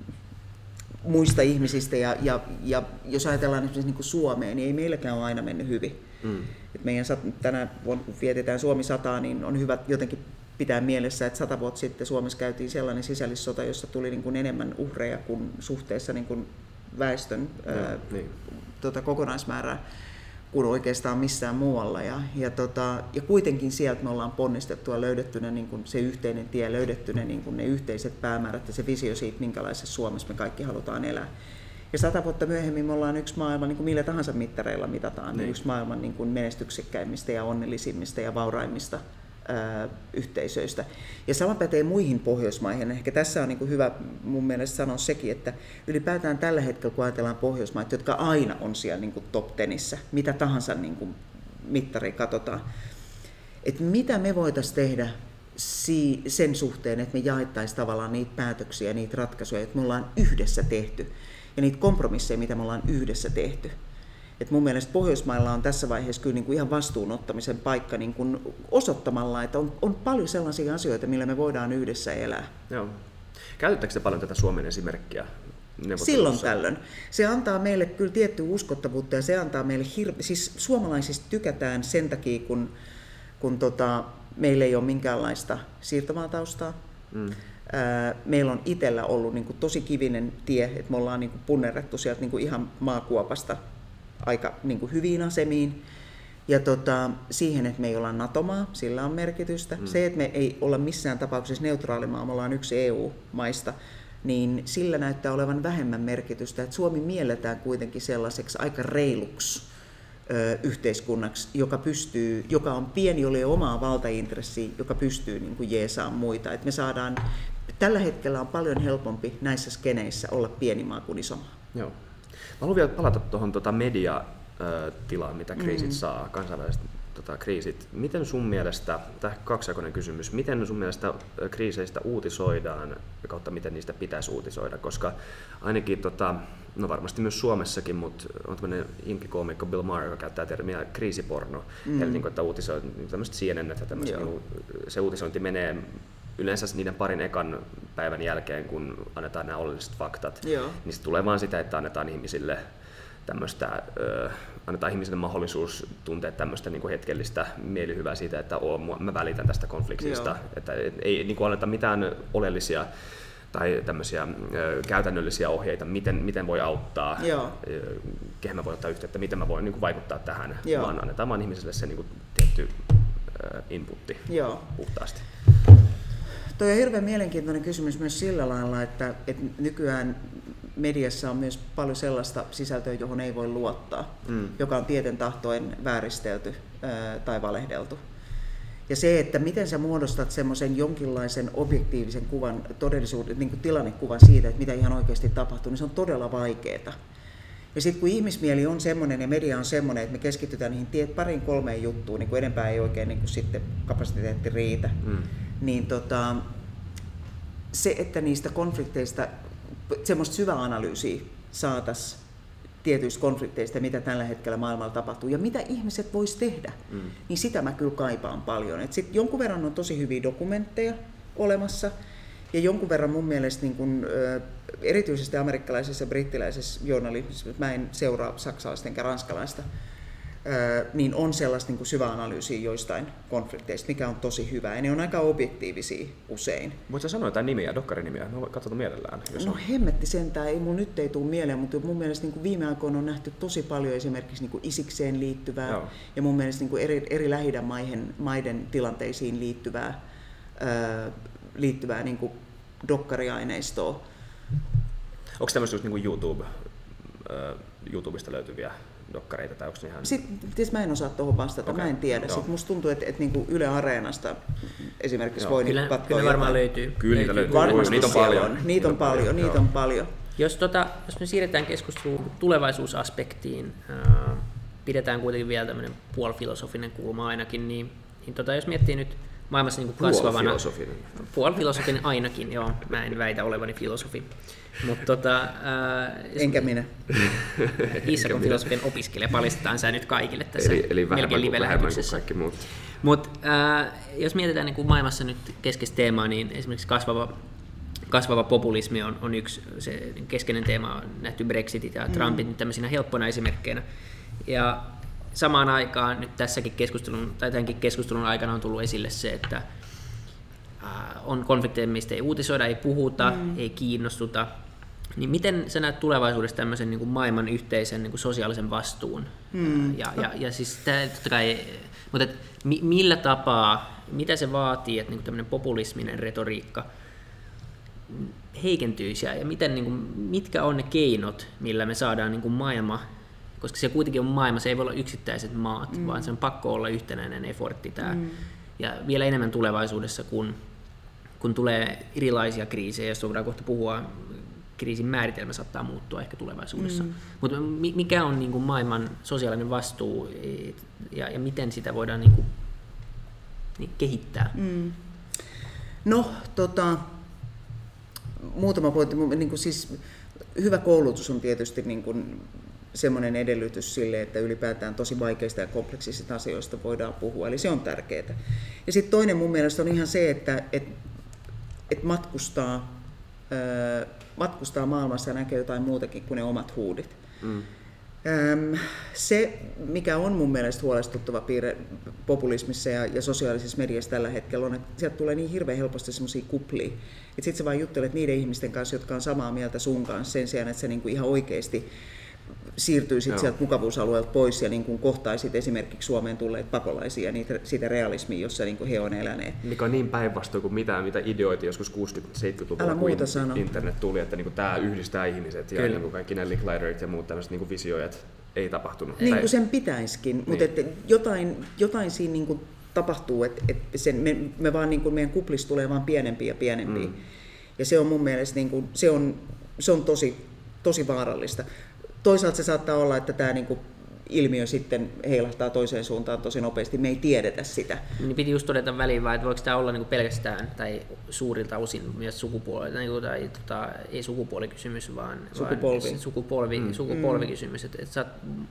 muista ihmisistä ja, ja, ja jos ajatellaan esimerkiksi niin kuin Suomeen, niin ei meilläkään ole aina mennyt hyvin. Mm. Et meidän tänä vuonna, kun vietetään Suomi sataa, niin on hyvä jotenkin pitää mielessä, että sata vuotta sitten Suomessa käytiin sellainen sisällissota, jossa tuli niin kuin enemmän uhreja kuin suhteessa niin kuin väestön ja, ää, niin. tota, kokonaismäärää kuin oikeastaan missään muualla. Ja, ja, tota, ja kuitenkin sieltä me ollaan ponnistettu ja löydetty ne, niin kuin se yhteinen tie, löydetty ne, niin kuin ne yhteiset päämäärät ja se visio siitä, minkälaisessa Suomessa me kaikki halutaan elää. Ja sata vuotta myöhemmin me ollaan yksi maailman, niin kuin millä tahansa mittareilla mitataan, niin. yksi maailman niin kuin menestyksekkäimmistä ja onnellisimmista ja vauraimmista ää, yhteisöistä. Ja sama pätee muihin Pohjoismaihin. Ehkä tässä on niin kuin hyvä mun mielestä sanoa sekin, että ylipäätään tällä hetkellä, kun ajatellaan Pohjoismaita, jotka aina on siellä niin kuin top tenissä, mitä tahansa niin kuin mittari katsotaan, että mitä me voitaisiin tehdä sen suhteen, että me jaettaisiin tavallaan niitä päätöksiä, niitä ratkaisuja, että me ollaan yhdessä tehty, ja niitä kompromisseja, mitä me ollaan yhdessä tehty. Et mun mielestä Pohjoismailla on tässä vaiheessa kyllä niinku ihan vastuunottamisen paikka niinku osoittamalla, että on, on paljon sellaisia asioita, millä me voidaan yhdessä elää. Joo. Käytettekö te paljon tätä Suomen esimerkkiä? Silloin tällöin. Se antaa meille kyllä tiettyä uskottavuutta ja se antaa meille hirveä, siis suomalaisista tykätään sen takia, kun, kun tota, meillä ei ole minkäänlaista siirtomaataustaa. Mm. Meillä on itsellä ollut niin kuin tosi kivinen tie, että me ollaan niin kuin punnerrettu sieltä niin kuin ihan maakuopasta aika niin kuin hyviin asemiin. Ja tota, siihen, että me ei olla NATO-maa, sillä on merkitystä. Mm. Se, että me ei olla missään tapauksessa neutraalimaa, me ollaan yksi E U-maista, niin sillä näyttää olevan vähemmän merkitystä. Että Suomi mielletään kuitenkin sellaiseksi aika reiluksi ö, yhteiskunnaksi, joka, pystyy, joka on pieni, jolla ei ole omaa valtaintressiä, joka pystyy niin kuin jeesaamaan muita. Et me saadaan, tällä hetkellä on paljon helpompi näissä skeneissä olla pieni maa kuin iso maa. Joo. Mä haluan vielä palata tuohon tota mediatilaan, mitä kriisit mm. saa, kansainväliset tota, kriisit. Miten sun mielestä, tämä kaksijakoinen kysymys, miten sun mielestä kriiseistä uutisoidaan, kautta miten niistä pitäisi uutisoida, koska ainakin, tota, no varmasti myös Suomessakin, mutta on tämmöinen inkikoomikko Bill Maher, joka käyttää termiä kriisiporno, mm. eli niin kuin, että uutisoi tämmöistä C N N, että niin, se uutisointi menee yleensä niiden parin ekan päivän jälkeen, kun annetaan nämä oleelliset faktat, Joo. niin se tulee vaan sitä, että annetaan ihmisille tämmöistä, ö, annetaan ihmisille mahdollisuus tuntea tämmöistä niin kuin hetkellistä mielihyvää siitä, että oo, mä välitän tästä konfliktista, Joo. että ei niin kuin anneta mitään oleellisia tai tämmöisiä ö, käytännöllisiä ohjeita, miten, miten voi auttaa, Joo. kehen mä voin ottaa yhteyttä, miten mä voin niin kuin vaikuttaa tähän, Joo. vaan annetaan vaan ihmisille se niin kuin tietty ö, inputti Joo. puhtaasti. Tuo on hirveän mielenkiintoinen kysymys myös sillä lailla, että, että nykyään mediassa on myös paljon sellaista sisältöä, johon ei voi luottaa, mm. joka on tieten tahtoen vääristelty ää, tai valehdeltu. Ja se, että miten sä muodostat semmoisen jonkinlaisen objektiivisen kuvan, todellisuuden, niin kuin tilannekuvan siitä, että mitä ihan oikeasti tapahtuu, niin se on todella vaikeaa. Ja sitten kun ihmismieli on semmoinen ja media on semmoinen, että me keskitytään niihin tiet pariin kolmeen juttuun, niin kuin enempää ei oikein niin kuin sitten kapasiteetti riitä, mm. niin tota, se, että niistä konflikteista semmoista syvää analyysiä saataisiin tietyistä konflikteista, mitä tällä hetkellä maailmalla tapahtuu ja mitä ihmiset vois tehdä, mm. niin sitä mä kyllä kaipaan paljon. Et sit jonkun verran on tosi hyviä dokumentteja olemassa ja jonkun verran mun mielestä niin kun, erityisesti amerikkalaisessa ja brittiläisessä journalismissa, mä en seuraa saksalaista enkä ranskalaista, niin on sellaista niin kuin syvää analyysiä joistain konflikteista, mikä on tosi hyvä. Ja ne on aika objektiivisia usein. Voitko sanoa jotain nimiä, dokkarinimiä? Me katsotaan mielellään. Jos no on. Hemmetti sentään, ei mun nyt ei tule mieleen, mutta mun mielestä niin kuin viime aikoina on nähty tosi paljon esimerkiksi niin kuin Isikseen liittyvää Joo. ja mun mielestä niin kuin eri, eri Lähi-idän maiden, maiden tilanteisiin liittyvää, ää, liittyvää niin kuin dokkariaineistoa. Onko tämmöistä just niin kuin YouTube, äh, YouTubesta löytyviä dokkareita tai onko ne ihan... Sitten mä en osaa tuohon vastata, okay. mä en tiedä. Joo. Sitten musta tuntuu, että, että niinku Yle Areenasta esimerkiksi Joo. voi kyllä, katsoa kyllä varmaan löytyy. Kyllä niitä löytyy. Varmasti niitä on paljon. Niitä on paljon, niitä on paljon. Jos, tota, jos me siirretään keskusteluun tulevaisuusaspektiin, ää, pidetään kuitenkin vielä tämmöinen puolifilosofinen kulma ainakin, niin, niin tota, jos miettii nyt maailmassa niin kuin kasvavana... Puolifilosofinen. Puolifilosofinen ainakin, joo. Mä en väitä olevani filosofi. Mut, tota, ää, Enkä minä. Iissakon filosofian opiskelija, paljastetaan sä nyt kaikille tässä eli, eli melkein live-lähetyksessä. Kaikki muut. Mut, ää, jos mietitään niin kuin maailmassa nyt keskeistä teemaa, niin esimerkiksi kasvava, kasvava populismi on, on yksi se keskeinen teema, on nähty Brexitit ja Trumpit mm. tämmöisinä helppoina esimerkkeinä. Ja samaan aikaan nyt tässäkin keskustelun, tai tämänkin keskustelun aikana on tullut esille se, että on konflikteja, mistä ei uutisoida, ei puhuta, mm. ei kiinnostuta. Niin miten sä näet tulevaisuudessa tämmöisen niin kuin maailman yhteisen niin kuin sosiaalisen vastuun? Mm. Ja, ja, ja siis tää, totta kai, mutta et, mi, millä tapaa, mitä se vaatii, että niin kuin tämmöinen populisminen retoriikka heikentyisi ja miten, niin kuin, mitkä on ne keinot, millä me saadaan niin kuin maailma, koska se kuitenkin on maailma, se ei voi olla yksittäiset maat, mm. vaan se on pakko olla yhtenäinen effortti tämä. Mm. Ja vielä enemmän tulevaisuudessa, kun, kun tulee erilaisia kriisejä, joista voidaan kohta puhua, kriisin määritelmä saattaa muuttua ehkä tulevaisuudessa. Mm. Mutta mikä on niin kuin maailman sosiaalinen vastuu ja, ja miten sitä voidaan niin kuin, niin kehittää? Mm. No, tota, muutama pointti. Niin kuin siis, hyvä koulutus on tietysti niin kuin semmoinen edellytys sille, että ylipäätään tosi vaikeista ja kompleksisista asioista voidaan puhua, eli se on tärkeää. Ja sitten toinen mun mielestä on ihan se, että et, et matkustaa, ää, matkustaa maailmassa ja näkee jotain muutakin kuin ne omat huudit. Mm. Äm, se, mikä on mun mielestä huolestuttava piirre populismissa ja, ja sosiaalisessa mediassa tällä hetkellä, on, että sieltä tulee niin hirveän helposti semmoisia kuplia, että sit sä vaan juttelet niiden ihmisten kanssa, jotka on samaa mieltä sun kanssa sen sijaan, että sä niinku ihan oikeasti siirtyisit Joo. sieltä mukavuusalueelta pois ja niin kuin kohtaisit esimerkiksi Suomeen tulleet pakolaisia ja niitä, sitä realismia, jossa niin kuin he on eläneet. Mikä on niin päinvastoin kuin mitään, mitä ideoiti joskus kuusikymmentä-seitsemänkymmentäluvulla, kun sano. internet tuli, että niin kuin tämä yhdistää ihmiset ja niin kuin kaikki ne linkliderit ja muut tämmöiset niin kuin visioijat ei tapahtunut. Niin kuin sen pitäisikin, niin. mutta että jotain, jotain siinä niin kuin tapahtuu, että, että sen, me, me vaan, niin kuin meidän kuplis tulee vaan pienempiä ja pienempiä. Mm. Ja se on mun mielestä niin kuin, se on, se on tosi, tosi vaarallista. Toisaalta se saattaa olla, että tämä niinku ilmiö sitten heilahtaa toiseen suuntaan tosi nopeasti. Me ei tiedetä sitä. Niin piti just todeta väliin, vai, että voiko tämä olla niinku pelkästään tai suurilta osin myös sukupuoli, tai, tai tota, ei sukupuolikysymys, vaan Sukupolvi. vaan sukupolvi, mm. sukupolvikysymys. Et, et saat,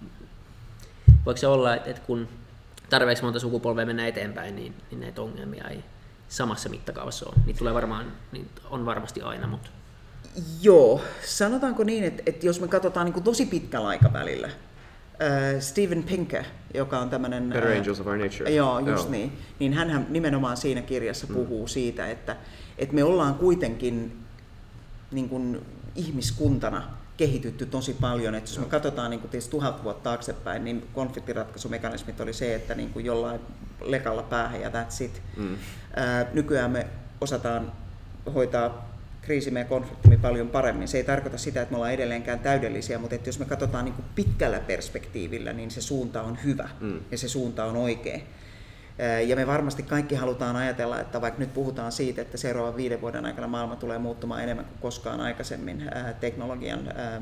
voiko se olla, että et kun tarpeeksi monta sukupolvea mennään eteenpäin, niin, niin näitä ongelmia ei samassa mittakaavassa ole. Niitä tulee varmaan, niitä on varmasti aina, mutta... Joo, sanotaanko niin, että, että jos me katsotaan niin kuin tosi pitkällä aikavälillä, äh, Steven Pinker, joka on tämmöinen... Better äh, Angels of Our Nature. Joo, just joo. niin. Niin hänhän nimenomaan siinä kirjassa puhuu mm. siitä, että, että me ollaan kuitenkin niin kuin ihmiskuntana kehitytty tosi paljon. Että jos me katsotaan niin kuin tietysti tuhat vuotta taaksepäin, niin konfliktiratkaisumekanismit oli se, että niin kuin jollain lekalla päähän ja that's it. Mm. Äh, nykyään me osataan hoitaa kriisimme ja konfliktimme paljon paremmin. Se ei tarkoita sitä, että me ollaan edelleenkään täydellisiä, mutta että jos me katsotaan niin kuin pitkällä perspektiivillä, niin se suunta on hyvä mm. ja se suunta on oikea. Ja me varmasti kaikki halutaan ajatella, että vaikka nyt puhutaan siitä, että seuraavan viiden vuoden aikana maailma tulee muuttumaan enemmän kuin koskaan aikaisemmin teknologian,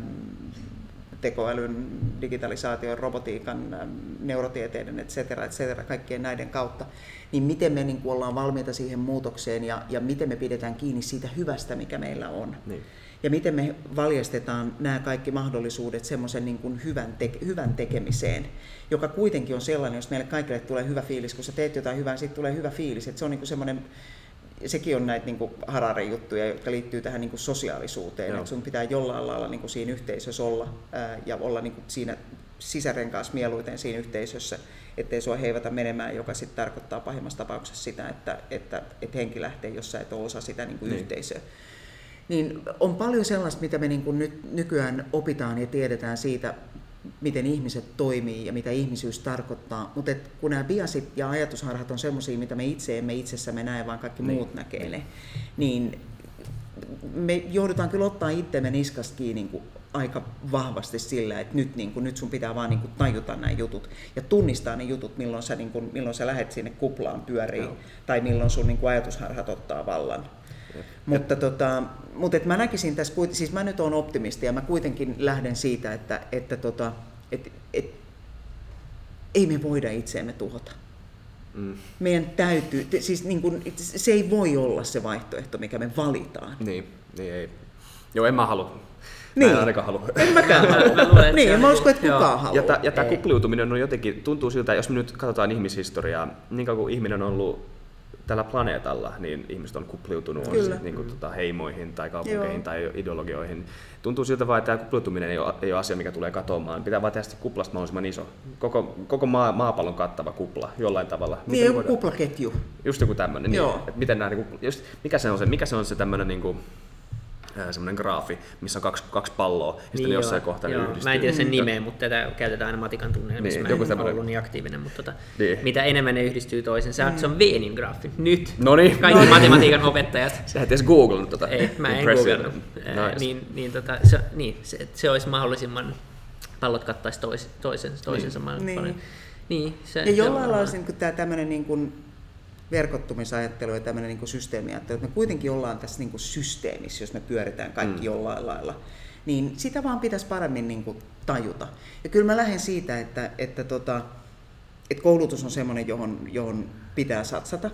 tekoälyn, digitalisaation, robotiikan, neurotieteiden, et cetera, et cetera, kaikkien näiden kautta, niin miten me niin kuin ollaan valmiita siihen muutokseen ja, ja miten me pidetään kiinni siitä hyvästä, mikä meillä on. Niin. Ja miten me valjastetaan nämä kaikki mahdollisuudet semmoisen niin kuin hyvän, te- hyvän tekemiseen, joka kuitenkin on sellainen, jos meille kaikille tulee hyvä fiilis, kun sä teet jotain hyvää, niin siitä tulee hyvä fiilis. Että se on niin kuin semmoinen, sekin on näitä niin kuin Hararin juttuja, jotka liittyy tähän niin kuin sosiaalisuuteen. Että sun pitää jollain lailla niin kuin siinä yhteisössä olla ää, ja olla niin kuin siinä sisärenkaassa mieluiten siinä yhteisössä, ettei sua heivata menemään, joka sitten tarkoittaa pahimmassa tapauksessa sitä, että, että, että henki lähtee, jos sä et ole osa sitä niin kuin niin. yhteisöä. Niin on paljon sellaista, mitä me niin kuin nyt nykyään opitaan ja tiedetään siitä, miten ihmiset toimii ja mitä ihmisyys tarkoittaa, mutta et kun nämä biasit ja ajatusharhat on semmoisia, mitä me itse emme itsessämme näe, vaan kaikki niin. muut näkee ne, niin me joudutaan kyllä ottaa itsemme niskasta kiinni niin kuin aika vahvasti sillä, että nyt, niin kuin, nyt sun pitää vaan niin kuin tajuta nämä jutut ja tunnistaa ne jutut, milloin sä, niin kuin, milloin sä lähdet sinne kuplaan pyöriin no. tai milloin sun niin kuin ajatusharhat ottaa vallan. Mutta, tota, mutta et mä näkisin tässä, siis mä nyt oon optimisti ja mä kuitenkin lähden siitä, että, että tota, et, et, ei me voida itseämme tuhota. Mm. Meidän täytyy, siis niin kun, se ei voi olla se vaihtoehto, mikä me valitaan. Niin, niin ei. Joo, en mä halua. Niin. Mä en ainakaan halua. En mäkään halua. Niin, en mä usko, että kukaan haluaa. Ja, ja tämä kupliutuminen on jotenkin, tuntuu siltä, jos me nyt katsotaan ihmishistoriaa, niin kauan kuin ihminen on ollut tällä planeetalla, niin ihmiset on kupliutunut on sit, niin kuin, tota, heimoihin tai kaupunkeihin Joo. tai ideologioihin. Tuntuu siltä vaan, että tämä kupliutuminen ei ole, ei ole asia, mikä tulee katoamaan. Pitää vaan tehdä kuplasta mahdollisimman iso. Koko, koko maa, maapallon kattava kupla jollain tavalla. Niin, joku voidaan... kuplaketju. Just joku tämmöinen. Niin, miten nämä, niin kuin, just, mikä se on se, mikä se, on se tämmöinen... Niin kuin, semmoinen graafi, missä on kaksi, kaksi palloa, ja sitten niin jossain kohtaa ne yhdistyy. Mä en tiedä sen nimeä, mutta tätä käytetään aina matikan tunneilla, missä niin, mä en ole ollut niin aktiivinen, mutta tota, niin. mitä enemmän ne yhdistyy toisensa, mm. se on Weenin graafi. Nyt Noniin. kaikki Noniin. matematiikan opettajat. Sä et edes googlannut tota. Ei, mä en googlannut. Nice. Niin, niin, tota, se, niin se, se olisi mahdollisimman, pallot kattaisi tois, toisen, toisensa niin. Niin. paljon. Niin, se, ja jollain lailla niin tämä tämmöinen niin kuin verkottumisajattelu ja tämmöinen niin kuin systeemiajattelu, että me kuitenkin ollaan tässä niin kuin systeemissä, jos me pyöritään kaikki mm. jollain lailla, niin sitä vaan pitäisi paremmin niin kuin tajuta. Ja kyllä mä lähden siitä, että, että, tota, että koulutus on semmoinen, johon, johon pitää satsata.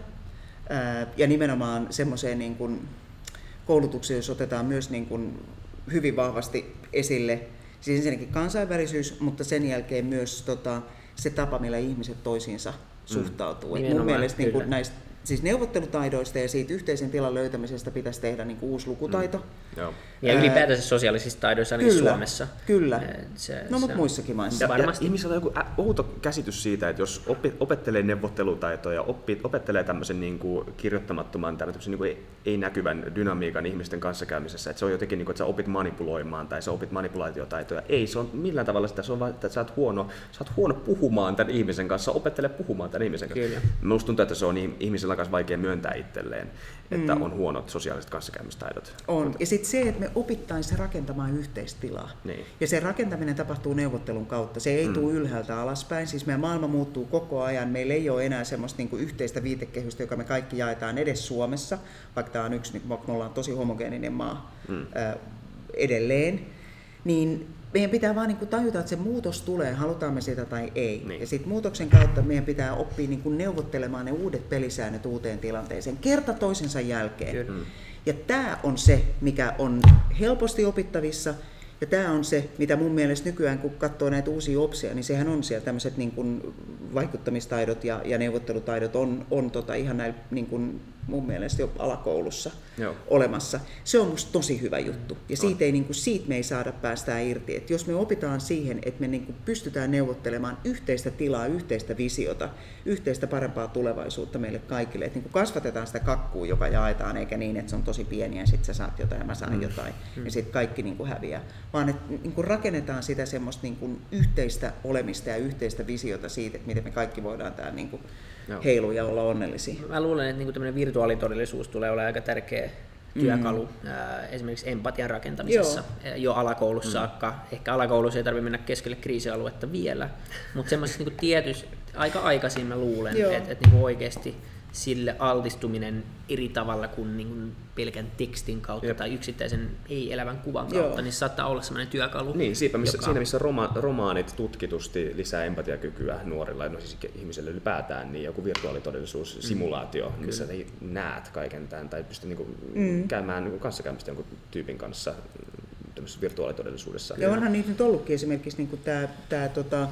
Ää, ja nimenomaan semmoiseen niin kuin koulutukseen, jos otetaan myös niin kuin hyvin vahvasti esille, siis ensinnäkin kansainvälisyys, mutta sen jälkeen myös tota, se tapa, millä ihmiset toisiinsa suhtautuu. Mm. Mun mielestä niin näistä siis neuvottelutaidoista ja siitä yhteisen tilan löytämisestä pitäisi tehdä niin uusi lukutaito. Mm. Ja ylipäätänsä sosiaalisista taidoista ainakin kyllä, Suomessa. Kyllä, se, no mutta muissakin maissa. Ja, ja ihmisillä on joku outo käsitys siitä, että jos oppi, opettelee neuvottelutaitoja, oppi, opettelee tämmöisen niin kuin kirjoittamattoman, tämmöisen niin kuin ei-näkyvän dynamiikan ihmisten kanssakäymisessä, että se on jotenkin, niin kuin, että sä opit manipuloimaan tai sä opit manipulaatiotaitoja. Ei, se on millään tavalla sitä, se on vaan, että sä oot huono, sä oot huono puhumaan tämän ihmisen kanssa, opettele puhumaan tämän ihmisen kanssa. Kyllä. Minusta tuntuu, että se on ihmisillä kanssa vaikea myöntää itselleen, että mm. on huonot sosiaaliset kanssakäymistaidot. On. Ja sitten se, että me opittaisiin rakentamaan yhteistilaa. Niin. Ja se rakentaminen tapahtuu neuvottelun kautta. Se ei mm. tule ylhäältä alaspäin. Siis meidän maailma muuttuu koko ajan. Meillä ei ole enää semmoista niin kuin yhteistä viitekehystä, joka me kaikki jaetaan edes Suomessa, vaikka tämä on yksi, vaikka me ollaan tosi homogeeninen maa mm. ää, edelleen. Niin meidän pitää vaan niin kuin tajuta, että se muutos tulee, halutaan me sitä tai ei. Niin. Ja sitten muutoksen kautta meidän pitää oppia niin kuin neuvottelemaan ne uudet pelisäännöt uuteen tilanteeseen, kerta toisensa jälkeen. Kyllä. Ja tämä on se, mikä on helposti opittavissa, ja tämä on se, mitä mun mielestä nykyään, kun katsoo näitä uusia opsia, niin sehän on siellä tämmöiset niin kuin vaikuttamistaidot ja, ja neuvottelutaidot on, on tota ihan näin niin kuin mun mielestä jo alakoulussa Joo. olemassa. Se on musta tosi hyvä juttu, ja siitä, ei, niin kuin, siitä me ei saada päästää irti. Et jos me opitaan siihen, että me niin kuin pystytään neuvottelemaan yhteistä tilaa, yhteistä visiota, yhteistä parempaa tulevaisuutta meille kaikille, että niin kuin kasvatetaan sitä kakkua, joka jaetaan, eikä niin, että se on tosi pieni ja sitten sä saat jotain ja mä saan mm. jotain, mm. ja sitten kaikki niin kuin häviää. Vaan että niin kuin rakennetaan sitä semmoista niin kuin yhteistä olemista ja yhteistä visiota siitä, että miten me kaikki voidaan täällä niin kuin heilu ja olla onnellisia. Mä luulen, että niin tämmöinen virtuaalitodellisuus tulee olemaan aika tärkeä työkalu mm. ää, esimerkiksi empatian rakentamisessa Joo. jo alakoulussa mm. saakka. Ehkä alakoulussa ei tarvitse mennä keskelle kriisialuetta vielä, mutta semmoisessa niin tietysti aika aikaisin mä luulen, että et, niin oikeasti sille altistuminen eri tavalla kuin, niin kuin pelkän tekstin kautta Jep. tai yksittäisen ei-elävän kuvan kautta, Joo. niin se saattaa olla sellainen työkalu. Niin, siitä, missä, joka... siinä missä roma, romaanit tutkitusti lisää empatiakykyä nuorilla, no siis ihmisille ylipäätään, niin joku virtuaalitodellisuus, mm. simulaatio, missä Kyllä. näet kaiken tämän, tai pystyt niin kuin mm. käymään niin kuin kanssakäymistä jonkun tyypin kanssa tämmöisessä virtuaalitodellisuudessa. Ja onhan niitä nyt ollutkin esimerkiksi niin kuin tämä, tämä tota,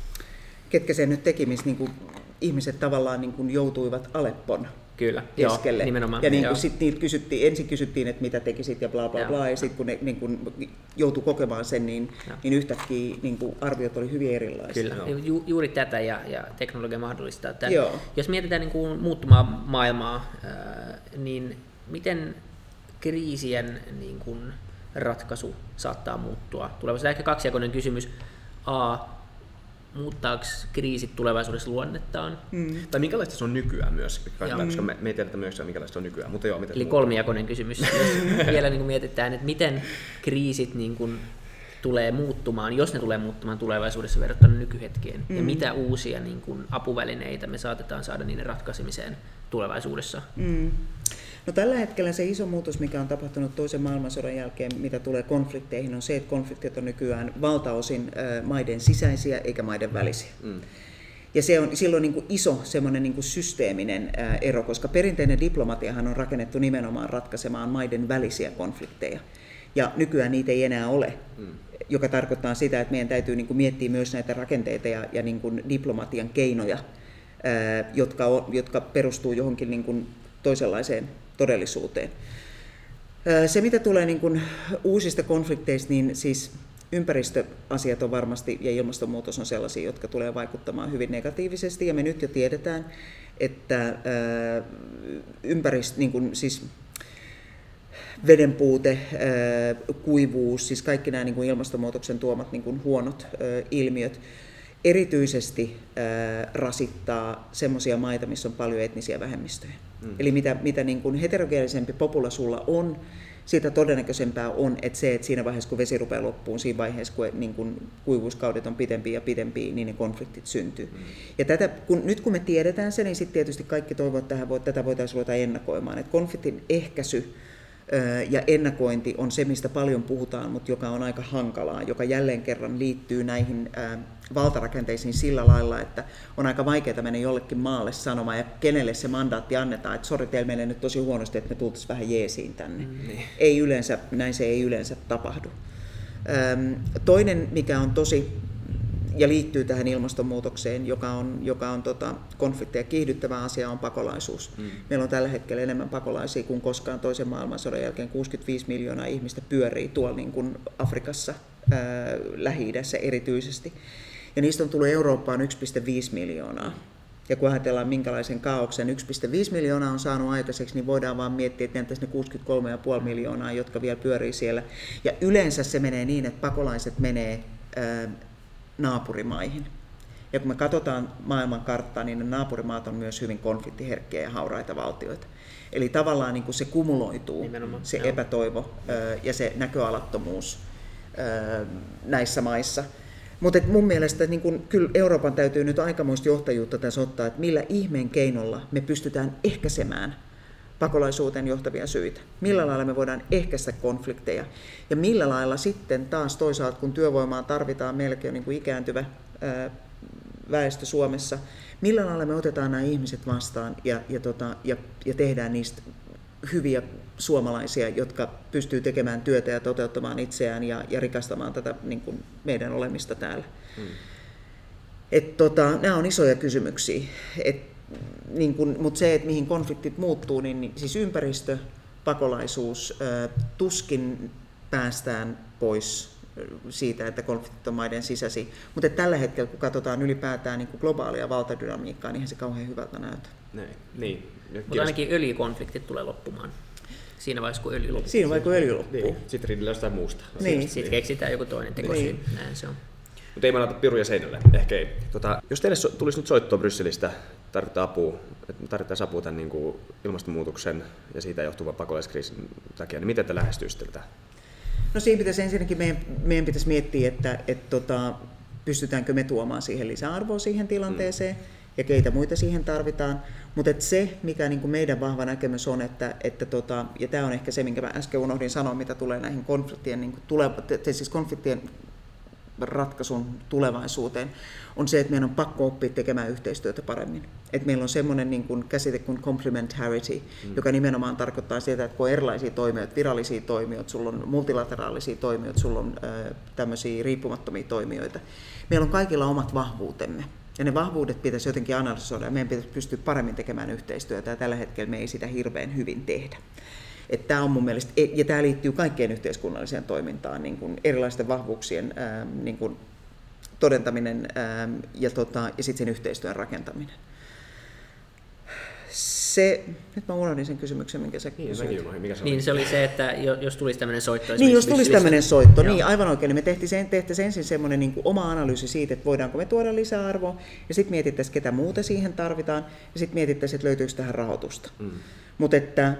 ketkä sen nyt teki, missä niin kuin ihmiset tavallaan niin kuin joutuivat Aleppon Kyllä, keskelle. Joo, nimenomaan. Ja niin kuin sit niitä kysyttiin, ensin kysyttiin, että mitä tekisit ja bla bla bla, ja sitten kun ne niin kuin joutui kokemaan sen, niin, niin yhtäkkiä niin kuin arviot oli hyvin erilaisia. Kyllä, Ju, juuri tätä ja, ja teknologia mahdollistaa tämän. Joo. Jos mietitään niin kuin muuttuvaa maailmaa, niin miten kriisien niin kuin ratkaisu saattaa muuttua? Tulevaisuudessa ehkä kaksijakoinen kysymys. A. Muuttaako kriisit tulevaisuudessa luonnettaan? Mm. Tai minkälaista se on nykyään myös, koska me, me ei tiedetä myös, minkälaista se on nykyään. Mutta joo, miten Eli kolmijakoinen kysymys. Jos vielä niin kuin mietitään, että miten kriisit niin kuin tulee muuttumaan, jos ne tulee muuttumaan tulevaisuudessa verrattuna nykyhetkeen, mm. ja mitä uusia niin kuin apuvälineitä me saatetaan saada niiden ratkaisemiseen tulevaisuudessa? Mm. No tällä hetkellä se iso muutos, mikä on tapahtunut toisen maailmansodan jälkeen, mitä tulee konflikteihin, on se, että konfliktit on nykyään valtaosin maiden sisäisiä eikä maiden välisiä. Mm. Ja se on silloin niin kuin iso semmoinen niin kuin systeeminen ero, koska perinteinen diplomatiahan on rakennettu nimenomaan ratkaisemaan maiden välisiä konflikteja. Ja nykyään niitä ei enää ole, mm. joka tarkoittaa sitä, että meidän täytyy niin kuin miettiä myös näitä rakenteita ja, ja niin kuin diplomatian keinoja, ää, jotka, on, jotka perustuu johonkin niin kuin toisenlaiseen todellisuuteen. Ää, se, mitä tulee niin kuin uusista konflikteista, niin siis ympäristöasiat on varmasti ja ilmastonmuutos on sellaisia, jotka tulee vaikuttamaan hyvin negatiivisesti. Ja me nyt jo tiedetään, että ää, ympäristö, niin kuin, siis veden puute, kuivuus, siis kaikki nämä niin kuin ilmastonmuutoksen tuomat niin kuin huonot ilmiöt erityisesti rasittaa semmoisia maita, missä on paljon etnisiä vähemmistöjä. Mm. Eli mitä, mitä niin kuin heterogeenisempi popula sulla on, siitä todennäköisempää on, että se, että siinä vaiheessa kun vesi rupeaa loppuun, siinä vaiheessa kun niin kuin kuivuuskaudet on pitempiä ja pitempiä, niin ne konfliktit syntyy. Mm. Ja tätä, kun, nyt kun me tiedetään se, niin sitten tietysti kaikki toivovat, että tähän, tätä voitaisiin ruveta ennakoimaan. Että konfliktin ehkäisy ja ennakointi on se, mistä paljon puhutaan, mutta joka on aika hankalaa, joka jälleen kerran liittyy näihin valtarakenteisiin sillä lailla, että on aika vaikeaa mennä jollekin maalle sanomaan, ja kenelle se mandaatti annetaan, että sori, teillä menee nyt tosi huonosti, että me tultaisiin vähän jeesiin tänne. Mm, niin. Ei yleensä, näin se ei yleensä tapahdu. Toinen, mikä on tosi ja liittyy tähän ilmastonmuutokseen, joka on, joka on tota, konflikteja kiihdyttävä asia, on pakolaisuus. Mm. Meillä on tällä hetkellä enemmän pakolaisia kuin koskaan toisen maailmansodan jälkeen. kuusikymmentäviisi miljoonaa ihmistä pyörii tuolla niin kuin Afrikassa, ää, Lähi-idässä erityisesti. Ja niistä on tullut Eurooppaan yksi pilkku viisi miljoonaa. Ja kun ajatellaan, minkälaisen kaaoksen yksi pilkku viisi miljoonaa on saanut aikaiseksi, niin voidaan vaan miettiä, että entäs ne kuusikymmentäkolme pilkku viisi miljoonaa, jotka vielä pyörii siellä. Ja yleensä se menee niin, että pakolaiset menee ää, naapurimaihin. Ja kun me katsotaan maailman karttaa, niin ne naapurimaat on myös hyvin konfliktiherkkiä ja hauraita valtioita. Eli tavallaan niin kuin se kumuloituu, nimenomaan, se joo. epätoivo ja se näköalattomuus näissä maissa. Mutta mun mielestä niin kun, kyllä Euroopan täytyy nyt aikamoista johtajuutta tässä ottaa, että millä ihmeen keinolla me pystytään ehkäisemään pakolaisuuteen johtavia syitä. Millä lailla me voidaan ehkäistä konflikteja ja millä lailla sitten taas toisaalta, kun työvoimaa tarvitaan melkein niin kuin ikääntyvä ää, väestö Suomessa, millä lailla me otetaan nämä ihmiset vastaan ja, ja, tota, ja, ja tehdään niistä hyviä suomalaisia, jotka pystyy tekemään työtä ja toteuttamaan itseään ja, ja rikastamaan tätä niin kuin meidän olemista täällä. Hmm. Et, tota, nämä on isoja kysymyksiä. Et, Niin kun, mutta se, että mihin konfliktit muuttuu, niin, niin siis ympäristö, pakolaisuus, ä, tuskin päästään pois siitä, että konfliktit on maiden sisäisiä. Mutta tällä hetkellä, kun katsotaan ylipäätään niin globaalia valtadynamiikkaa, niin eihän se kauhean hyvältä näytä. Niin. Mutta ainakin öljykonfliktit tulee loppumaan. Siinä vaiheessa, kun öljy loppuu. Siinä vaiheessa, kun öljy loppuu. Niin. Sitten riidellään jostain muusta. Niin. Sitten keksitään joku toinen tekosyy. Niin. Näin se on. Mutta ei mä laita piruja seinälle, ehkä ei. Tota, jos teille so, tulisi nyt soittoa Brysselistä, tarvitaan apua, että tarvitaan apua tämän niin kuin ilmastonmuutoksen ja siitä johtuvan pakolaiskriisin takia, niin miten te lähestyisitte tätä? No siinä pitäisi ensinnäkin, meidän, meidän pitäisi miettiä, että et, tota, pystytäänkö me tuomaan siihen lisäarvoa siihen tilanteeseen, mm. ja keitä muita siihen tarvitaan. Mutta se, mikä niin kuin meidän vahva näkemys on, että, että tota, ja tämä on ehkä se, minkä mä äsken unohdin sanoa, mitä tulee näihin konfliktien, niin kuin tule, siis konfliktien ratkaisun tulevaisuuteen, on se, että meidän on pakko oppia tekemään yhteistyötä paremmin. Että meillä on semmoinen niin kuin käsite kuin complementarity, mm. joka nimenomaan tarkoittaa sitä, että kun on erilaisia toimijoita, virallisia toimijoita, sulla on multilateraalisia toimijoita, sulla on äh, tämmöisiä riippumattomia toimijoita. Meillä on kaikilla omat vahvuutemme. Ja ne vahvuudet pitäisi jotenkin analysoida ja meidän pitäisi pystyä paremmin tekemään yhteistyötä ja tällä hetkellä me ei sitä hirveän hyvin tehdä. Että tämä on mun mielestä, ja tämä liittyy kaikkeen yhteiskunnalliseen toimintaan, niin kuin erilaisten vahvuuksien ää, niin kuin todentaminen ää, ja, tota, ja sitten sen yhteistyön rakentaminen. Se, nyt mä unohdin sen kysymyksen, minkä sä kysyit. Niin se oli se, että jos tulisi tämmöinen soitto. Niin, jos tulisi tämmöinen soitto, joo. Niin aivan oikein, niin me tehtiin sen, tehtiin ensin semmoinen niin kuin oma analyysi siitä, että voidaanko me tuoda lisäarvoa, ja sitten mietittäisiin, ketä muuta siihen tarvitaan, ja sitten mietittäisiin, että löytyykö tähän rahoitusta. Mm. Mutta että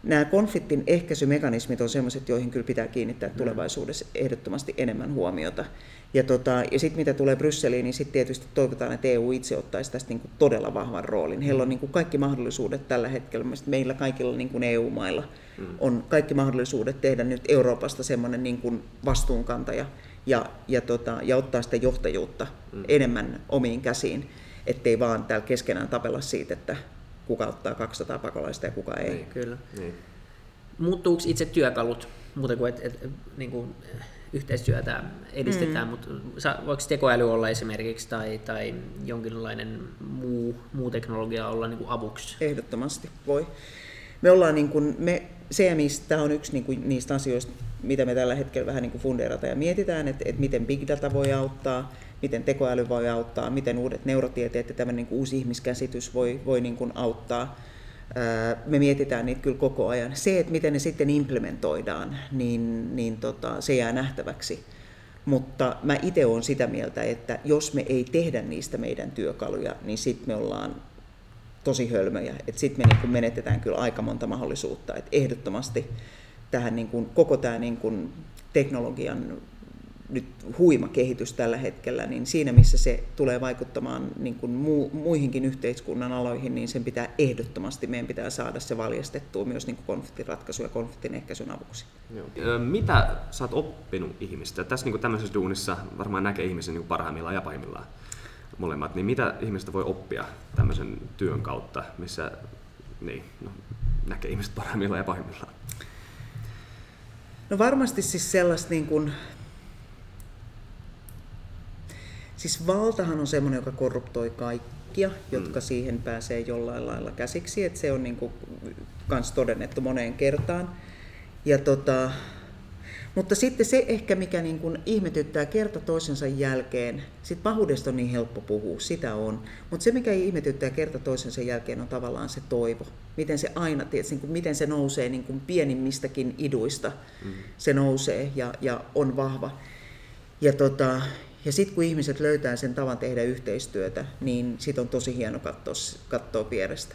Nämä konfliktin ehkäisymekanismit on sellaiset, joihin kyllä pitää kiinnittää tulevaisuudessa ehdottomasti enemmän huomiota. Ja, tota, ja sitten mitä tulee Brysseliin, niin sitten tietysti toivotaan, että E U itse ottaisi tästä niin kuin todella vahvan roolin. Heillä on niin kuin kaikki mahdollisuudet tällä hetkellä, meillä kaikilla niin kuin E U-mailla on kaikki mahdollisuudet tehdä nyt Euroopasta semmoinen niin kuin vastuunkantaja ja, ja, tota, ja ottaa sitä johtajuutta mm. enemmän omiin käsiin, ettei vaan täällä keskenään tapella siitä, että kuka ottaa kaksisataa pakolaista ja kuka ei. Niin, kyllä. Niin. Muuttuuko itse työkalut, muuten kuin että et, et, niin yhteistyötä edistetään, mm. mutta voiko tekoäly olla esimerkiksi tai, tai jonkinlainen muu, muu teknologia olla niin kuin avuksi? Ehdottomasti voi. Me ollaan niin kuin, me C M I, tämä on yksi niin kuin niistä asioista, mitä me tällä hetkellä vähän niin kuin fundeerataan ja mietitään, että, että miten big data voi auttaa, miten tekoäly voi auttaa, miten uudet neurotieteet ja tämä niin kuin uusi ihmiskäsitys voi, voi niin kuin auttaa. Me mietitään niitä kyllä koko ajan. Se, että miten ne sitten implementoidaan, niin, niin tota, se jää nähtäväksi. Mutta mä itse olen sitä mieltä, että jos me ei tehdä niistä meidän työkaluja, niin sitten me ollaan tosi hölmöjä. Sitten me niin kuin menetetään kyllä aika monta mahdollisuutta. Et ehdottomasti tähän niin kuin, koko tämä niin kuin teknologian nyt huima kehitys tällä hetkellä, niin siinä missä se tulee vaikuttamaan niin kuin mu, muihinkin yhteiskunnan aloihin, niin sen pitää ehdottomasti, meidän pitää saada se valjastettua myös niin kuin konfliktiratkaisu ja konfliktin ehkäisyn avuksi. Joo. Mitä sä oot oppinut ihmistä? Tässä niin kuin tämmöisessä duunissa varmaan näkee ihmisen niin kuin parhaimmillaan ja pahimmillaan molemmat, niin mitä ihmistä voi oppia tämmöisen työn kautta, missä niin, no, näkee ihmiset parhaimmillaan ja pahimmillaan? No varmasti siis sellaista niin kuin Siis valtahan on semmoinen, joka korruptoi kaikkia, jotka mm. siihen pääsee jollain lailla käsiksi, että se on niin kuin kans todennettu moneen kertaan. Ja tota, mutta sitten se ehkä, mikä niin kuin ihmetyttää kerta toisensa jälkeen, sit pahuudesta on niin helppo puhua, sitä on, mutta se mikä ihmetyttää kerta toisensa jälkeen on tavallaan se toivo. Miten se aina, tietysti, niin kuin, miten se nousee niin kuin pienimmistäkin iduista, mm. se nousee ja, ja on vahva. Ja tota, Ja sitten kun ihmiset löytää sen tavan tehdä yhteistyötä, niin sit on tosi hieno katsoa, katsoa vierestä.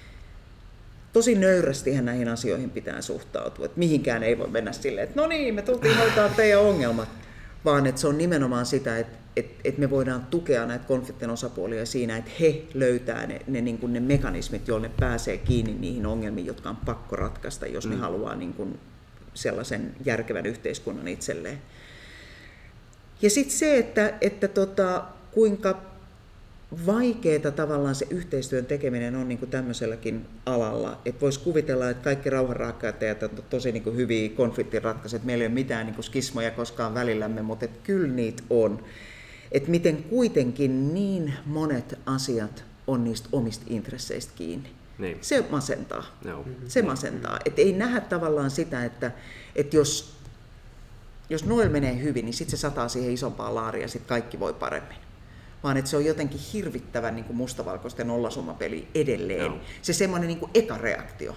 Tosi nöyrästihän näihin asioihin pitää suhtautua, että mihinkään ei voi mennä silleen, että no niin, me tultiin hoitaa teidän ongelmat, vaan että se on nimenomaan sitä, että, että, että me voidaan tukea näitä konfliktin osapuolia siinä, että he löytää ne, ne, niin kuin ne mekanismit, joilla ne pääsee kiinni niihin ongelmiin, jotka on pakko ratkaista, jos mm. ne haluaa niin kuin sellaisen järkevän yhteiskunnan itselleen. Ja sitten se, että, että tota, kuinka vaikeaa tavallaan se yhteistyön tekeminen on niin kuin tämmöiselläkin alalla. Että voisi kuvitella, että kaikki rauhanrakkaajat on tosi niin kuin hyviä konfliktinratkaisuja, että meillä ei ole mitään niin kuin skismoja koskaan välillämme, mutta että kyllä niitä on. Että miten kuitenkin niin monet asiat on niistä omista intresseistä kiinni. Niin. Se masentaa. No. Se masentaa. Että ei nähdä tavallaan sitä, että, että jos Jos Noel menee hyvin, niin sitten se sataa siihen isompaan laariin ja sitten kaikki voi paremmin. Vaan että se on jotenkin hirvittävän niin kuin mustavalkoisten nollasummapeli edelleen. No. Se semmoinen niin kuin eka reaktio.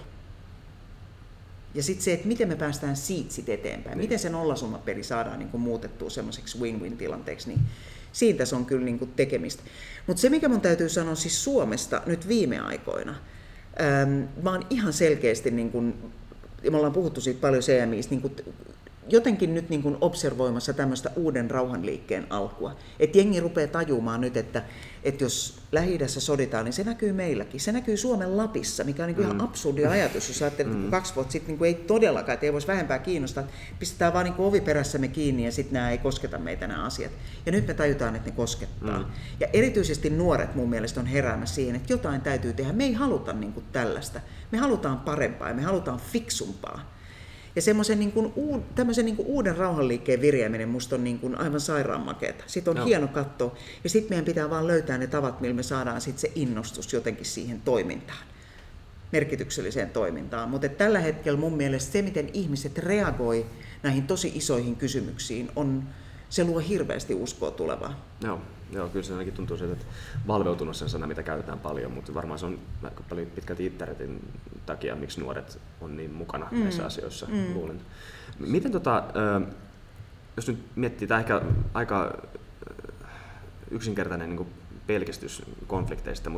Ja sitten se, että miten me päästään siitä sit eteenpäin. Niin. Miten se nollasummapeli saadaan niin kuin muutettua semmoiseksi win-win-tilanteeksi, niin siitä se on kyllä niin kuin tekemistä. Mutta se, mikä mun täytyy sanoa siis Suomesta nyt viime aikoina, ähm, mä oon ihan selkeästi, niin kuin, ja me ollaan puhuttu siitä paljon C M I:stä, niin kuin, jotenkin nyt niin kuin observoimassa tämmöistä uuden rauhanliikkeen alkua. Että jengi rupeaa tajumaan nyt, että, että jos Lähi-idässä soditaan, niin se näkyy meilläkin. Se näkyy Suomen Lapissa, mikä on niin kuin mm. ihan absurdi ajatus, jos ajattelee, että mm. kaksi vuotta sitten niin kuin ei todellakaan, että ei voisi vähempää kiinnostaa. Pistetään vaan niin kuin oviperässämme kiinni ja sitten nämä ei kosketa meitä nämä asiat. Ja nyt me tajutaan, että ne koskettaa. Mm. Ja erityisesti nuoret mun mielestä on heräämässä siihen, että jotain täytyy tehdä. Me ei haluta niin kuin tällaista. Me halutaan parempaa ja me halutaan fiksumpaa. Ja semmoisen niin kuin, tämmöisen niin kuin uuden rauhanliikkeen virjääminen musta on niin kuin aivan sairaan makeata. Sitten on no. hieno katsoa. Ja sitten meidän pitää vaan löytää ne tavat, millä me saadaan sit se innostus jotenkin siihen toimintaan, merkitykselliseen toimintaan. Mutta tällä hetkellä mun mielestä se, miten ihmiset reagoi näihin tosi isoihin kysymyksiin, on, se luo hirveästi uskoa tulevaan. Joo, joo, kyllä se ainakin tuntuu siltä, että valveutunut sen sana, mitä käytetään paljon, mutta varmaan se on aika paljon pitkälti internetin takia, miksi nuoret on niin mukana mm. näissä asioissa, mm. luulen. Miten tota, jos nyt miettii, tämä ehkä aika yksinkertainen niin kuin pelkistys konflikteista, mutta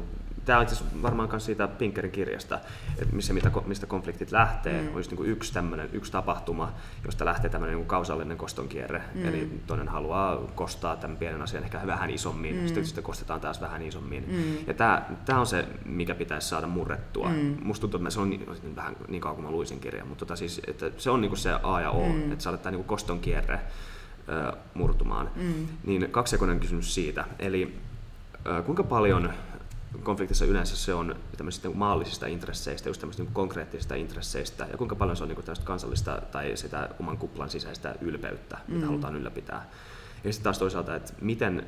tämä on siis varmaan myös siitä Pinkerin kirjasta, että missä, mistä konfliktit lähtee, mm. olisi niin kuin yksi, tämmöinen, yksi tapahtuma, josta lähtee tämmöinen niin kuin kausaalinen kostonkierre. Mm. Eli toinen haluaa kostaa tämän pienen asian ehkä vähän isommin, mm. sitten sitä kostetaan taas vähän isommin. Mm. Ja tämä, tämä on se, mikä pitäisi saada murrettua. Mm. Musta tuntuu, että se on vähän niin kauan kuin mä luisin kirjan, mutta tota siis, että se on niin kuin se A ja O, mm. että saada tämä niin kuin kostonkierre äh, murtumaan. Mm. Niin kaksijakoinen kysymys siitä. Eli äh, kuinka paljon konfliktissa yleensä se on tämmöisistä maallisista intresseistä, just tämmöisistä konkreettisista intresseistä, ja kuinka paljon se on niin tämmöistä kansallista tai sitä oman kuplan sisäistä ylpeyttä, mitä mm. halutaan ylläpitää. Ja sitten taas toisaalta, että miten,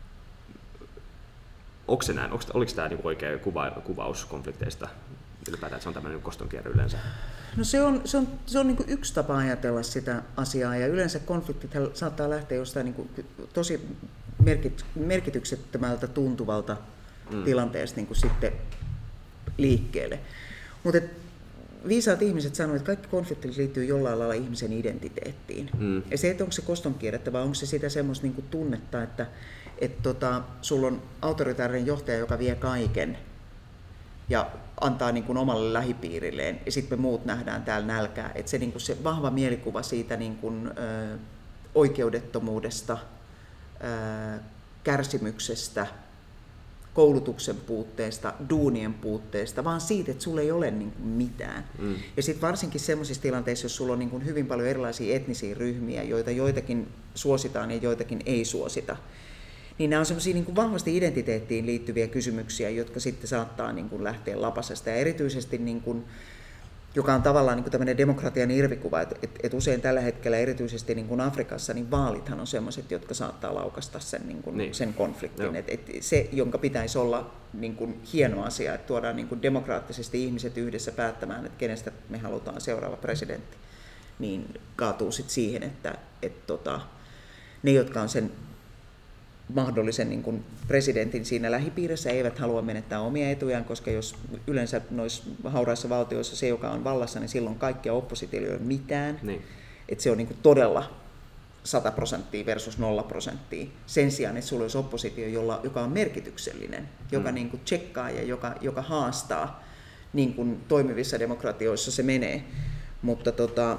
onko se näin, onko, oliko tämä niin oikea kuva, kuvaus konflikteista ylipäätään, että se on tämmöinen kostonkierre yleensä? No se on, se on, se on niin kuin yksi tapa ajatella sitä asiaa, ja yleensä konfliktit saattaa lähteä jostain niin kuin tosi merkit, merkityksettömältä tuntuvalta Mm. tilanteesta niin kuin sitten liikkeelle. Mutta viisaat ihmiset sanoivat, että kaikki konfliktit liittyy jollain lailla ihmisen identiteettiin. Mm. Ja se, että onko se kostonkierrettä vai onko se sitä semmoista niin kuin tunnetta, että et tota, sulla on autoritaarinen johtaja, joka vie kaiken ja antaa niin kuin omalle lähipiirilleen, ja sitten me muut nähdään täällä nälkää. Että se, niin kuin se vahva mielikuva siitä niin kuin, ö, oikeudettomuudesta, ö, kärsimyksestä, koulutuksen puutteesta, duunien puutteesta, vaan siitä, että sulla ei ole niin kuin mitään. Mm. Ja sitten varsinkin sellaisissa tilanteissa, jos sulla on niin kuin hyvin paljon erilaisia etnisiä ryhmiä, joita joitakin suositaan ja joitakin ei suosita, niin nämä on sellaisia niin kuin vahvasti identiteettiin liittyviä kysymyksiä, jotka sitten saattaa niin kuin lähteä lapasesta. Ja erityisesti, niin kuin, joka on tavallaan niin kuin tämmöinen demokratian irvikuva, että et, et usein tällä hetkellä erityisesti niin kuin Afrikassa, niin vaalithan on sellaiset, jotka saattaa laukasta sen, niin kuin, niin. sen konfliktin. Et, et se, jonka pitäisi olla niin kuin hieno asia, että tuodaan niin kuin demokraattisesti ihmiset yhdessä päättämään, että kenestä me halutaan seuraava presidentti, niin kaatuu sitten siihen, että et, tota, ne, jotka on sen mahdollisen niin kuin presidentin siinä lähipiirissä, eivät halua menettää omia etujaan, koska jos yleensä noissa hauraissa valtioissa se, joka on vallassa, niin silloin kaikkia oppositioilla ei ole mitään. Niin. Että se on niin kuin todella sata prosenttia versus nolla prosenttia. Sen sijaan, että sulla olisi oppositio, jolla, joka on merkityksellinen, joka mm. niin kuin tsekkaa ja joka, joka haastaa, niin kuin toimivissa demokratioissa se menee. Mutta tota,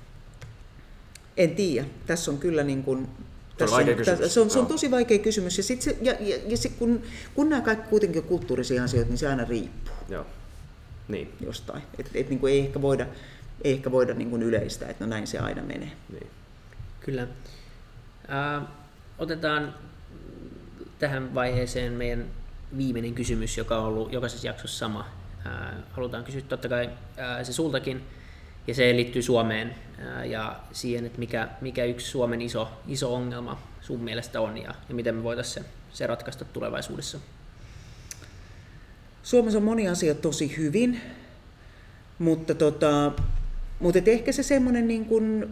en tiedä. Tässä on kyllä niin kuin Se on, on, tässä, se, on, se on tosi vaikea kysymys, ja, sit se, ja, ja, ja sit kun, kun nämä kaikki kuitenkin on kulttuurisia asioita, niin se aina riippuu Joo. Niin. jostain. Et, et, niin kuin ei ehkä voida, ei ehkä voida niin kuin yleistää, että no näin se aina menee. Niin. Kyllä. Äh, otetaan tähän vaiheeseen meidän viimeinen kysymys, joka on ollut jokaisessa jaksossa sama. Äh, halutaan kysyä totta kai äh, se sultakin. Ja se liittyy Suomeen ja siihen, että mikä, mikä yksi Suomen iso, iso ongelma sun mielestä on ja, ja miten me voitaisiin se, se ratkaista tulevaisuudessa. Suomessa on moni asia tosi hyvin, mutta, tota, mutta et ehkä se semmoinen niin kuin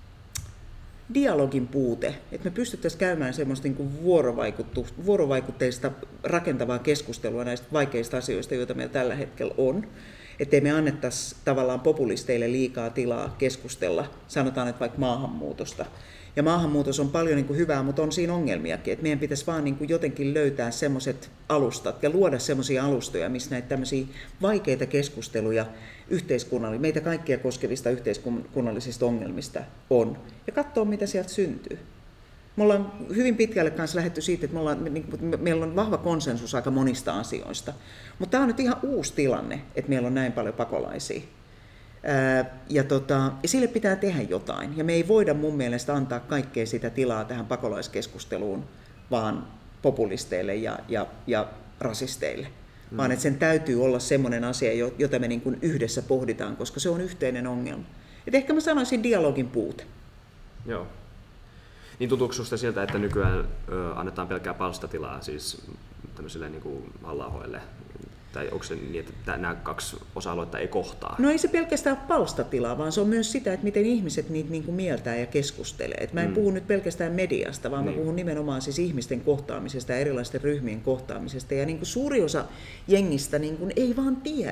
dialogin puute, että me pystyttäisiin käymään semmoista niin kuin vuorovaikutteista rakentavaa keskustelua näistä vaikeista asioista, joita meillä tällä hetkellä on. Ettei me annettaisi tavallaan populisteille liikaa tilaa keskustella, sanotaan, että vaikka maahanmuutosta. Ja maahanmuutos on paljon niin kuin hyvää, mutta on siinä ongelmiakin. Että meidän pitäisi vaan niin kuin jotenkin löytää semmoiset alustat ja luoda semmoisia alustoja, missä näitä tämmöisiä vaikeita keskusteluja yhteiskunnallisia, meitä kaikkia koskevista yhteiskunnallisista ongelmista on. Ja katsoa, mitä sieltä syntyy. Me ollaan hyvin pitkälle kanssa lähdetty siitä, että me ollaan, me, meillä on vahva konsensus aika monista asioista. Mutta tämä on nyt ihan uusi tilanne, että meillä on näin paljon pakolaisia. Ää, ja, tota, ja sille pitää tehdä jotain. Ja me ei voida mun mielestä antaa kaikkea sitä tilaa tähän pakolaiskeskusteluun vaan populisteille ja, ja, ja rasisteille. Mm. Vaan että sen täytyy olla semmoinen asia, jota me niin kuin yhdessä pohditaan, koska se on yhteinen ongelma. Et ehkä mä sanoisin dialogin puute. Joo. Niin tuntuuko sinusta siltä, että nykyään ö, annetaan pelkkää palstatilaa siis tämmöisille niin kuin Halla-ahoille? Tai onko se niin, että nämä kaksi osa-aluetta ei kohtaa? No ei se pelkästään ole palstatilaa, vaan se on myös sitä, että miten ihmiset niitä niin kuin mieltää ja keskustelee. Et mä en mm. puhu nyt pelkästään mediasta, vaan niin. mä puhun nimenomaan siis ihmisten kohtaamisesta ja erilaisten ryhmien kohtaamisesta. Ja niin kuin suuri osa jengistä niin kuin ei vaan tiedä,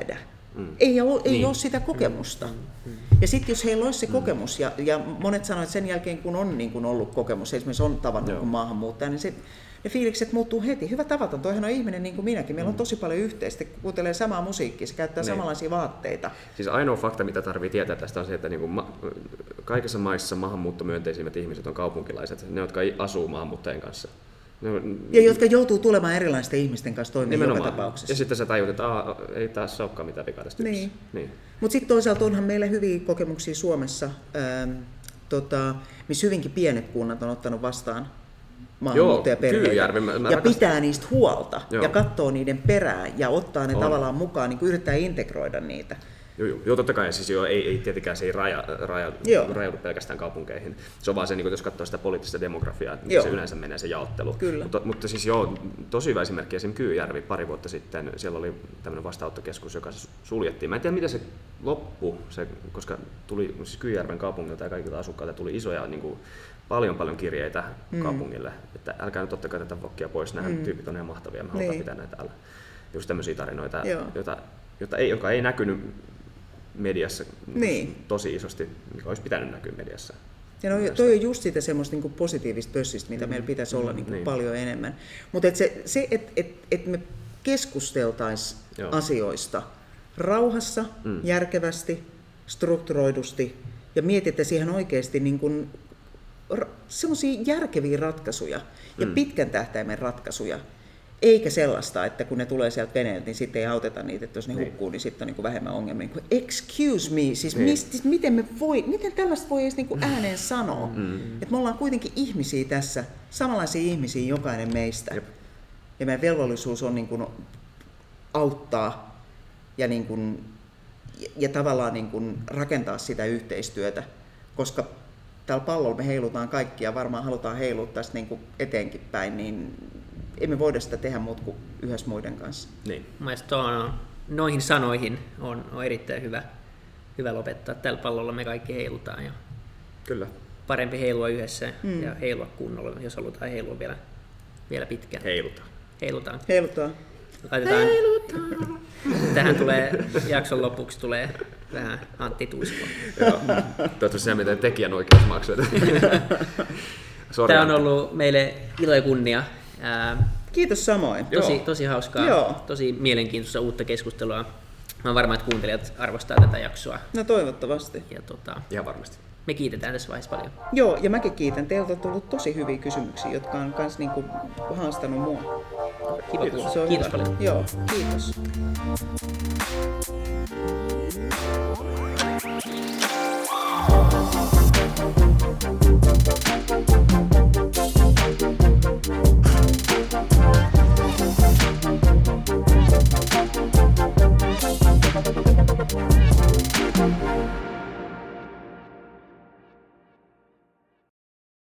Mm. Ei, ole, ei niin. ole sitä kokemusta. Mm. Mm. Ja sitten jos heillä olisi se kokemus, ja, ja monet sanoivat, että sen jälkeen kun on niin kun ollut kokemus, esimerkiksi on tavannut kuin maahanmuuttaja, niin se, ne fiilikset muuttuu heti. Hyvä tavata, toihan on ihminen niin kuin minäkin. Meillä on tosi paljon yhteistä, kuuntelee samaa musiikkia, se käyttää niin. samanlaisia vaatteita. Siis ainoa fakta, mitä tarvitsee tietää tästä on se, että niin kuin ma- kaikissa maissa maahanmuuttomyönteisimmät ihmiset on kaupunkilaiset, ne jotka asuu maahanmuuttajien kanssa. Ja jotka joutuu tulemaan erilaisten ihmisten kanssa toimeen joka tapauksessa. Ja sitten sä tajut, että Aa, ei taas olekaan mitään vikaa tästä niin. niin. Mutta sitten toisaalta onhan meillä hyviä kokemuksia Suomessa, ähm, tota, missä hyvinkin pienet kunnat on ottanut vastaan maahanmuuttajaperheitä ja rakastan. Pitää niistä huolta Joo. ja katsoo niiden perään ja ottaa ne on. tavallaan mukaan, niin yrittää integroida niitä. Joo, joo. joo, totta kai. Siis joo, ei, ei tietenkään se ei raja, raja, rajaudu pelkästään kaupunkeihin. Se on vaan se, niin jos katsoo sitä poliittista demografiaa, että joo. se yleensä menee se jaottelu. Kyllä. Mutta, mutta siis joo, tosi hyvä esimerkki. Esimerkiksi Kyyjärvi pari vuotta sitten, siellä oli tämmöinen vastaanottokeskus, joka suljettiin. Mä en tiedä, miten se loppui, se, koska tuli siis Kyyjärven kaupungilta ja kaikilta asukkailta tuli isoja niin kuin, paljon paljon kirjeitä mm. kaupungille, että älkää nyt ottakaa tätä vokkia pois, nämä mm. tyypit on ihan mahtavia, me halutaan niin. pitää näitä täällä. Just tämmöisiä tarinoita, jota, jota ei, joka ei näkynyt mediassa niin. tosi isosti, mikä olisi pitänyt näkyä mediassa. Ja no, toi on just sitä semmoista niin kuin positiivista pössistä, mitä mm. meillä pitäisi olla niin kuin niin. paljon enemmän. Mutta et se, se että et, et me keskusteltaisiin asioista rauhassa, mm. järkevästi, strukturoidusti ja mietittäisiin ihan oikeasti niin kuin semmoisia järkeviä ratkaisuja ja mm. pitkän tähtäimen ratkaisuja, eikä sellaista, että kun ne tulee sieltä veneeltä, niin sitten ei auteta niitä, että jos ne niin. hukkuu, niin sitten on niin kuin vähemmän ongelmia. Excuse me, siis niin. mist, miten, me voi, miten tällaista voi edes niin kuin ääneen sanoa? Mm. Että me ollaan kuitenkin ihmisiä tässä, samanlaisia ihmisiä jokainen meistä. Jep. Ja meidän velvollisuus on niin kuin auttaa ja, niin kuin, ja, ja tavallaan niin kuin rakentaa sitä yhteistyötä, koska täällä pallolla me heilutaan kaikki ja varmaan halutaan heilua tästä niin kuin eteenkin päin, niin emme voida sitä tehdä muut kuin yhdessä muiden kanssa. Niin. Mielestäni on, noihin sanoihin on, on erittäin hyvä, hyvä lopettaa. Tällä pallolla me kaikki heilutaan. Ja Kyllä. Parempi heilua yhdessä mm. ja heilua kunnolla, jos halutaan heilua vielä, vielä pitkään. Heilutaan. Heilutaan. Heilutaan. Laitetaan. Heilutaan. Tähän tulee, jakson lopuksi tulee vähän Antti Tuiskoa. Joo, toivottavasti se miten tekijänoikeusmaksuja. Tämä on ollut meille ilo ja kunnia. Ää, Kiitos samoin. Tosi, tosi hauskaa, Joo. tosi mielenkiintoista uutta keskustelua. Mä oon varma, että kuuntelijat arvostaa tätä jaksoa. No toivottavasti. Ja tota, ihan varmasti. Me kiitetään tässä vaiheessa paljon. Joo, ja mäkin kiitän. Teiltä on tullut tosi hyviä kysymyksiä, jotka on myös niinku haastanut mua. Kiva Kiitos, kiitos hyvä. paljon. Joo, kiitos. Thank you.